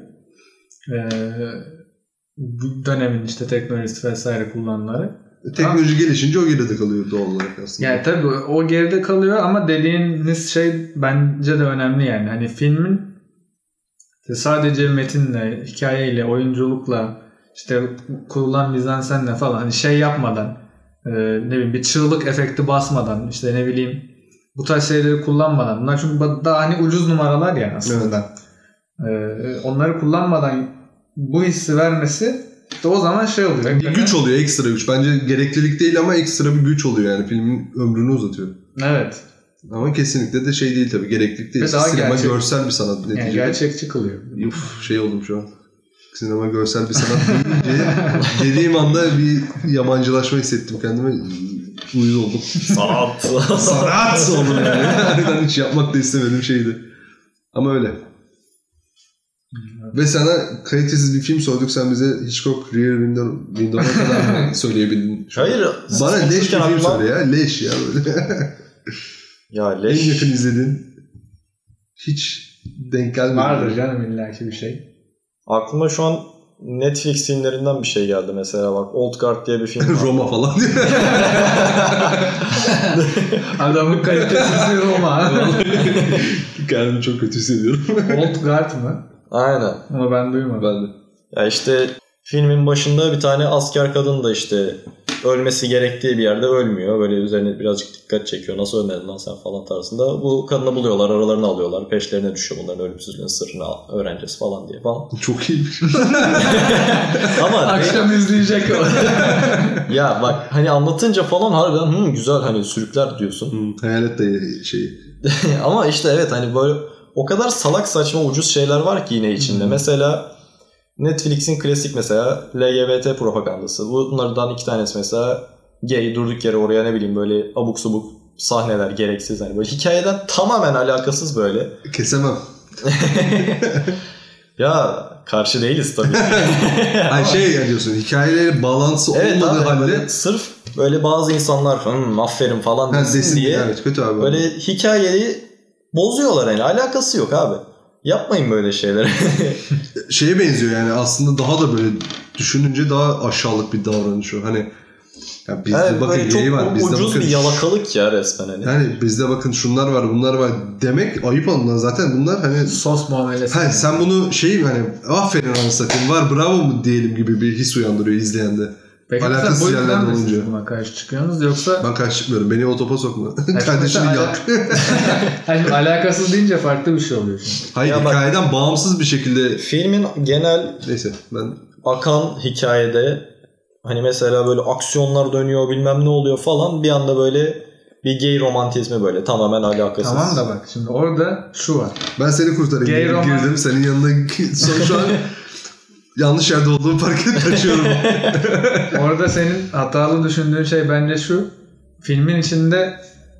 Bu dönemin işte teknolojisi vesaire kullanılarak. Teknoloji gelişince o geride kalıyor doğal olarak aslında. Yani tabii o geride kalıyor ama dediğiniz şey bence de önemli yani. Hani filmin sadece metinle, hikayeyle, oyunculukla, işte kurulan mizansenle falan hani şey yapmadan, ne bileyim bir çığlık efekti basmadan, işte ne bileyim bu tarz şeyleri kullanmadan. Bunlar çünkü daha hani ucuz numaralar ya aslında. Evet. Onları kullanmadan bu hissi vermesi de o zaman şey oluyor. Bir güç oluyor, ekstra güç. Bence gereklilik değil ama ekstra bir güç oluyor yani. Filmin ömrünü uzatıyor. Evet. Ama kesinlikle de şey değil tabii. Gereklilik değil. Sinema görsel bir sanat neticede. Yani gerçekçi kılıyor. Şey oldum şu an. Sinema görsel bir sanat deyince dediğim anda bir yabancılaşma hissettim kendime. Uyuz oldum. Sanat oldum yani. Harbiden hiç yapmak da istemediğim şeydi. Ama öyle. Ve sana kalitesiz bir film sorduk. Sen bize Hitchcock Rear Window'a kadar mı söyleyebildin? Hayır. Bana leş bir film söyle ya. Leş ya böyle. Ya leş. En yakın izlediğin hiç denk gelmedi. Vardır canım illaki bir şey. Aklıma şu an Netflix filmlerinden bir şey geldi mesela bak. Old Guard diye bir film var. Roma falan diyor. Adamın kalitesiz Roma. Kendimi çok kötü hissediyorum. Old Guard mı? Aynen. Ama ben duymadım. Ben de. Ya işte filmin başında bir tane asker kadın da işte ölmesi gerektiği bir yerde ölmüyor. Böyle üzerine birazcık dikkat çekiyor. Nasıl ölmedin lan sen falan tarzında. Bu kadını buluyorlar, aralarına alıyorlar. Peşlerine düşüyor bunların ölümsüzlüğün sırrını öğreneceğiz falan diye falan. Çok iyiymiş. Ama akşam izleyecek o. Ya bak hani anlatınca falan harbiden güzel hani sürükler diyorsun. Hayalet de şeyi. Ama işte evet hani böyle o kadar salak saçma ucuz şeyler var ki yine içinde. Mesela Netflix'in klasik mesela LGBT propagandası. Bunlardan 2 tanesi mesela gay durduk yere oraya ne bileyim böyle abuk subuk sahneler gereksiz hani böyle hikayeden tamamen alakasız böyle. Kesemem. Ya karşı değiliz tabii. Hani şey diyorsun hikayeleri bağlantısı olmadığı halde. Sırf böyle bazı insanlar aferin falan desin diye evet, kötü abi. Böyle hikayeyi bozuyorlar yani alakası yok abi. Yapmayın böyle şeyleri. Şeye benziyor yani aslında daha da böyle düşününce daha aşağılık bir davranış o. Hani ya bizde evet, bakın çok var. Bizde ucuz bakın, bir yalakalık ya resmen hani. Yani bizde bakın şunlar var bunlar var demek ayıp alınan zaten bunlar hani. Sos muamelesi. Hani sen bunu hani aferin anasatayım var bravo mu diyelim gibi bir his uyandırıyor izleyende. Peki alakasız yerlerde olunca. Buna karşı çıkıyorsunuz yoksa? Ben karşı çıkmıyorum. Beni o topa sokma. Kardeşini yak. Hani alakasız deyince farklı bir şey oluyor şimdi. Hayır ya hikayeden bağımsız bir şekilde. Filmin genel neyse ben akan hikayede hani mesela böyle aksiyonlar dönüyor bilmem ne oluyor falan bir anda böyle bir gay romantizmi böyle tamamen alakasız. Tamam da bak şimdi orada şu var. Ben seni kurtarayım. Girdim senin yanına şu an yanlış yerde olduğumu fark edip kaçıyorum. Orada senin hatalı düşündüğün şey bence şu. Filmin içinde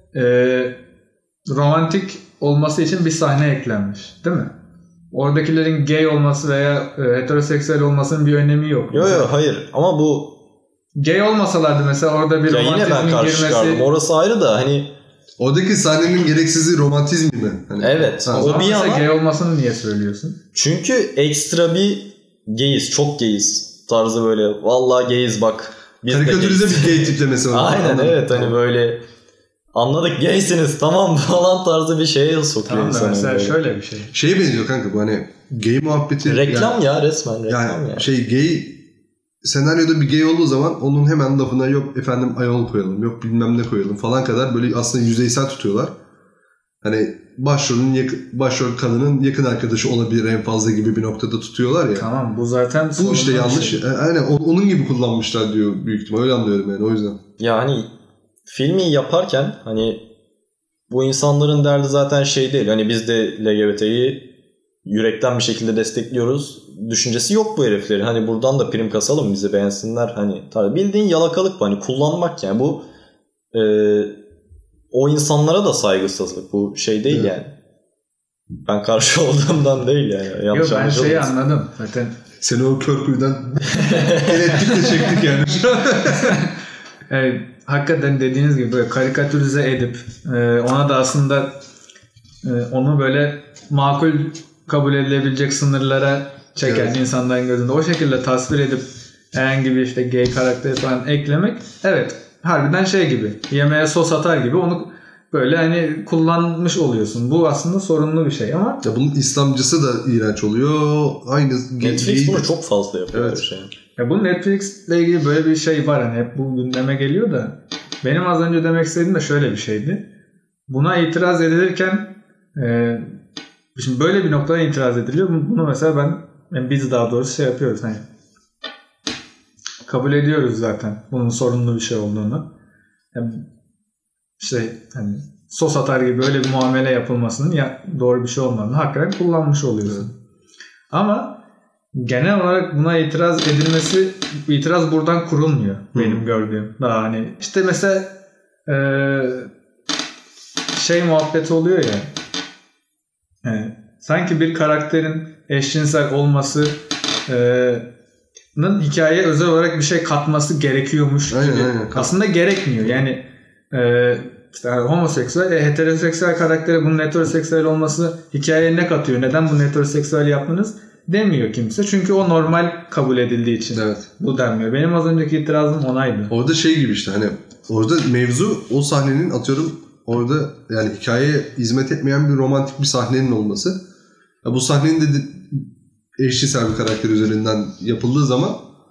romantik olması için bir sahne eklenmiş. Değil mi? Oradakilerin gay olması veya heteroseksüel olmasının bir önemi yok. Yok hayır ama bu gay olmasalardı mesela orada bir romantizmin girmesi. Çıkardım. Orası ayrı da hani oradaki sahnenin gereksizliği romantizmi mi? Hani... Evet. O bir yana gay olmasını niye söylüyorsun? Çünkü ekstra bir gayiz, çok gayiz tarzı böyle. Vallahi gayiz bak. Karikatürize bir gay tiplemesi var. Aynen anladım. Evet hani böyle anladık gaysiniz tamam falan tarzı bir şeye sokuyor tamam insanı. Mesela böyle. şöyle bir şey. Şeye benziyor kanka bu hani gay muhabbeti. Reklam yani, ya resmen reklam yani ya. Şey gay senaryoda bir gay olduğu zaman onun hemen lafına yok efendim ayol koyalım yok bilmem ne koyalım falan kadar böyle aslında yüzeysel tutuyorlar. Hani başrol kadının yakın arkadaşı olabilir en fazla gibi bir noktada tutuyorlar ya. Tamam, bu zaten bu işte yanlış. Şey. Aynen onun gibi kullanmışlar diyor büyük ihtimal. Öyle anlıyorum yani o yüzden. Yani filmi yaparken hani bu insanların derdi zaten şey değil. Hani biz de LGBT'yi yürekten bir şekilde destekliyoruz düşüncesi yok bu heriflerin. Hani buradan da prim kasalım, bizi beğensinler. Hani tabii bildiğin yalakalık bu. Hani kullanmak yani bu o insanlara da saygısızlık. Bu şey değil yani. Ben karşı olduğumdan değil yani. Yok, ben şeyi anladım zaten. Seni o kör kuyudan elettik de çektik yani şu an. Hakikaten dediğiniz gibi böyle karikatürize edip ona da aslında onu böyle makul kabul edilebilecek sınırlara çeken insanların gözünde o şekilde tasvir edip herhangi bir işte gay karakteri falan eklemek, evet, harbiden şey gibi, yemeğe sos atar gibi onu böyle hani kullanmış oluyorsun. Bu aslında sorunlu bir şey ama ya bunun İslamcısı da iğrenç oluyor. Aynı Netflix bunu çok fazla yapıyor. Evet. Şey. ya bu Netflix'le ilgili böyle bir şey var, hani hep bu gündeme geliyor da benim az önce demek istediğim de şöyle bir şeydi. Buna itiraz edilirken şimdi böyle bir noktada itiraz ediliyor. Bunu mesela biz daha doğrusu şey yapıyoruz. Hani kabul ediyoruz zaten bunun sorunlu bir şey olduğunu. Yani işte hani sos atar gibi böyle bir muamele yapılmasının doğru bir şey olmadığını hakikaten kullanmış oluyorsun. Ama genel olarak buna itiraz edilmesi, itiraz buradan kurulmuyor benim gördüğüm. Daha hani işte mesela şey muhabbeti oluyor ya. Yani sanki bir karakterin eşcinsel olmasının hikayeye özel olarak bir şey katması gerekiyormuş gibi. Aynen. Aslında gerekmiyor. Yani işte homoseksüel, heteroseksüel karaktere bunun heteroseksüel olması hikayeye ne katıyor? Neden bunu heteroseksüel yaptınız? Demiyor kimse. Çünkü o normal kabul edildiği için bu denmiyor. Benim az önceki itirazım onaydı. Orada şey gibi işte hani orada mevzu o sahnenin atıyorum orada yani hikayeye hizmet etmeyen bir romantik bir sahnenin olması. Ya bu sahnenin de eşcinsel bir karakter üzerinden yapıldığı zaman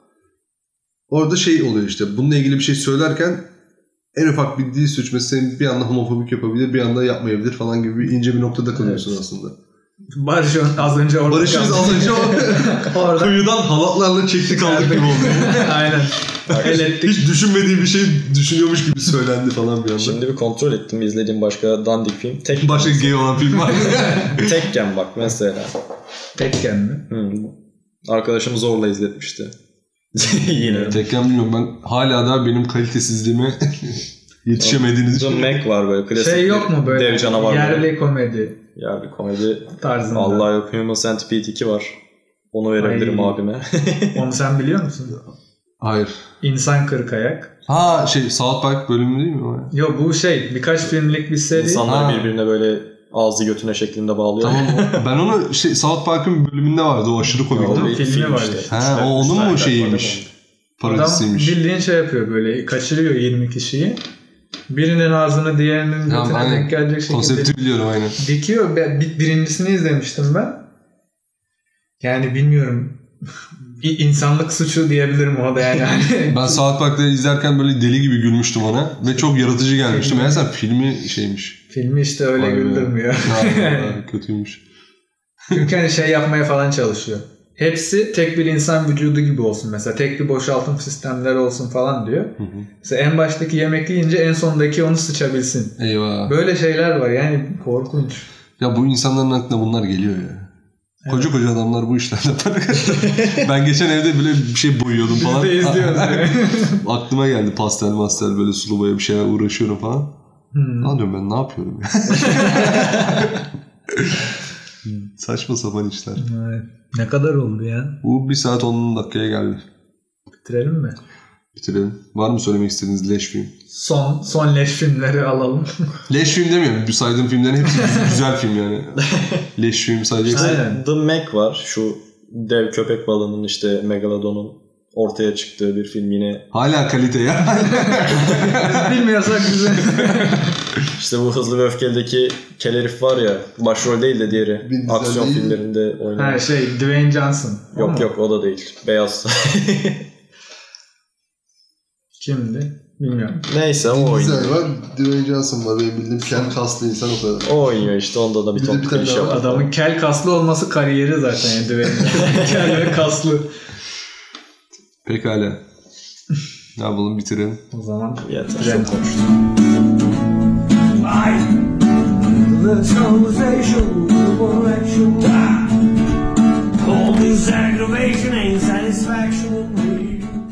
orada şey oluyor işte bununla ilgili bir şey söylerken en ufak bir dil suçması seni bir anda homofobik yapabilir, bir anda yapmayabilir falan gibi bir ince bir noktada kalıyorsun aslında. Barış az önce orada. Barış'ımız az önce orada kuyudan halatlarla çektik aldık gibi oldu. Aynen. Hiç düşünmediği bir şey düşünüyormuş gibi söylendi falan bir anda. Şimdi bir kontrol ettim izlediğim başka dandik film. Başka gay olan film var. Tekken bak mesela. Tekken mi? Arkadaşım zorla izletmişti. Yine. Tekken bilmiyorum, ben hala da benim kalitesizliğime yetişemediğiniz için. The Mac var böyle klasik. Şey yok mu böyle dev canavar yerli komedi? Yerli komedi tarzında. Allah yok, Human Centipede 2 var. Onu verebilirim abime. Onu sen biliyor musun? Hayır. İnsan Kırkayak. Ha South Park bölümü değil mi o? Yok, bu birkaç filmlik bir seri. İnsanları birbirine böyle ağzı götüne şeklinde bağlıyor. Tamam. Ben onu South Park'ın bölümünde vardı, o aşırı komik. Onun filmi var işte. Ha, o onun mu şeyiymiş? Parodisiymiş. Adam bildiğin şey yapıyor, böyle kaçırıyor 20 kişiyi. Birinin ağzını diğerinin götüne denk gelecek şekilde. Konsepti biliyorum aynen. Dikiyor. Birincisini izlemiştim ben. Yani bilmiyorum. İnsanlık suçu diyebilirim ona da yani. Ben South Park'ta izlerken böyle deli gibi gülmüştüm ona. Ve çok yaratıcı gelmişti. Meğerse filmi şeymiş. Filmi işte öyle güldürmüyor. Kötüymüş. Çünkü hani şey yapmaya falan çalışıyor. Hepsi tek bir insan vücudu gibi olsun mesela. Tek bir boşaltım sistemleri olsun falan diyor. Mesela en baştaki yemek yiyince en sondaki onu sıçabilsin. Eyvah. Böyle şeyler var yani, korkunç. Ya bu insanların aklına bunlar geliyor ya. Evet. Koca adamlar bu işlerle para kazanıyor. Ben geçen evde böyle bir şey boyuyordum falan. Biz de izliyoruz. Aklıma geldi pastel böyle sulu boya bir şeyler uğraşıyorum falan. Lan diyorum ben ne yapıyorum ya. Saçma sapan işler. Evet. Ne kadar oldu ya? Bu 1 saat 10 dakikaya geldi. Bitirelim mi? Bitirelim. Var mı söylemek istediğiniz leş film? Son leş filmleri alalım. Leş film demiyorum. Bu saydığım filmlerin hepsi güzel film yani. Leş film sayacaksın. The Meg var. Şu dev köpek balığının işte Megalodon'un ortaya çıktığı bir film yine. Hala kalite ya. Bilmiyorsak güzel. İşte bu Hızlı ve Öfkeli'deki kel herif var ya, başrol değil de diğeri. Aksiyon filmlerinde oynayan. Ha Dwayne Johnson. Yok o da değil. Beyaz. Kimdi? Bilmiyorum. Neyse o oynuyor. Güzel var. Dwayne Johnson var. Benim bildiğim kel kaslı insan o kadar. O oynuyor işte. Onda da bir Bir de ton bir tane klişe daha var. Adamın kel kaslı olması kariyeri zaten yani Dwayne'in. Kel ve kaslı. Pekala. Ne yapalım bitirelim. O zaman Yeter. Çok konuştuk. Let's conversation, more action. All this aggravation ain't satisfaction in me.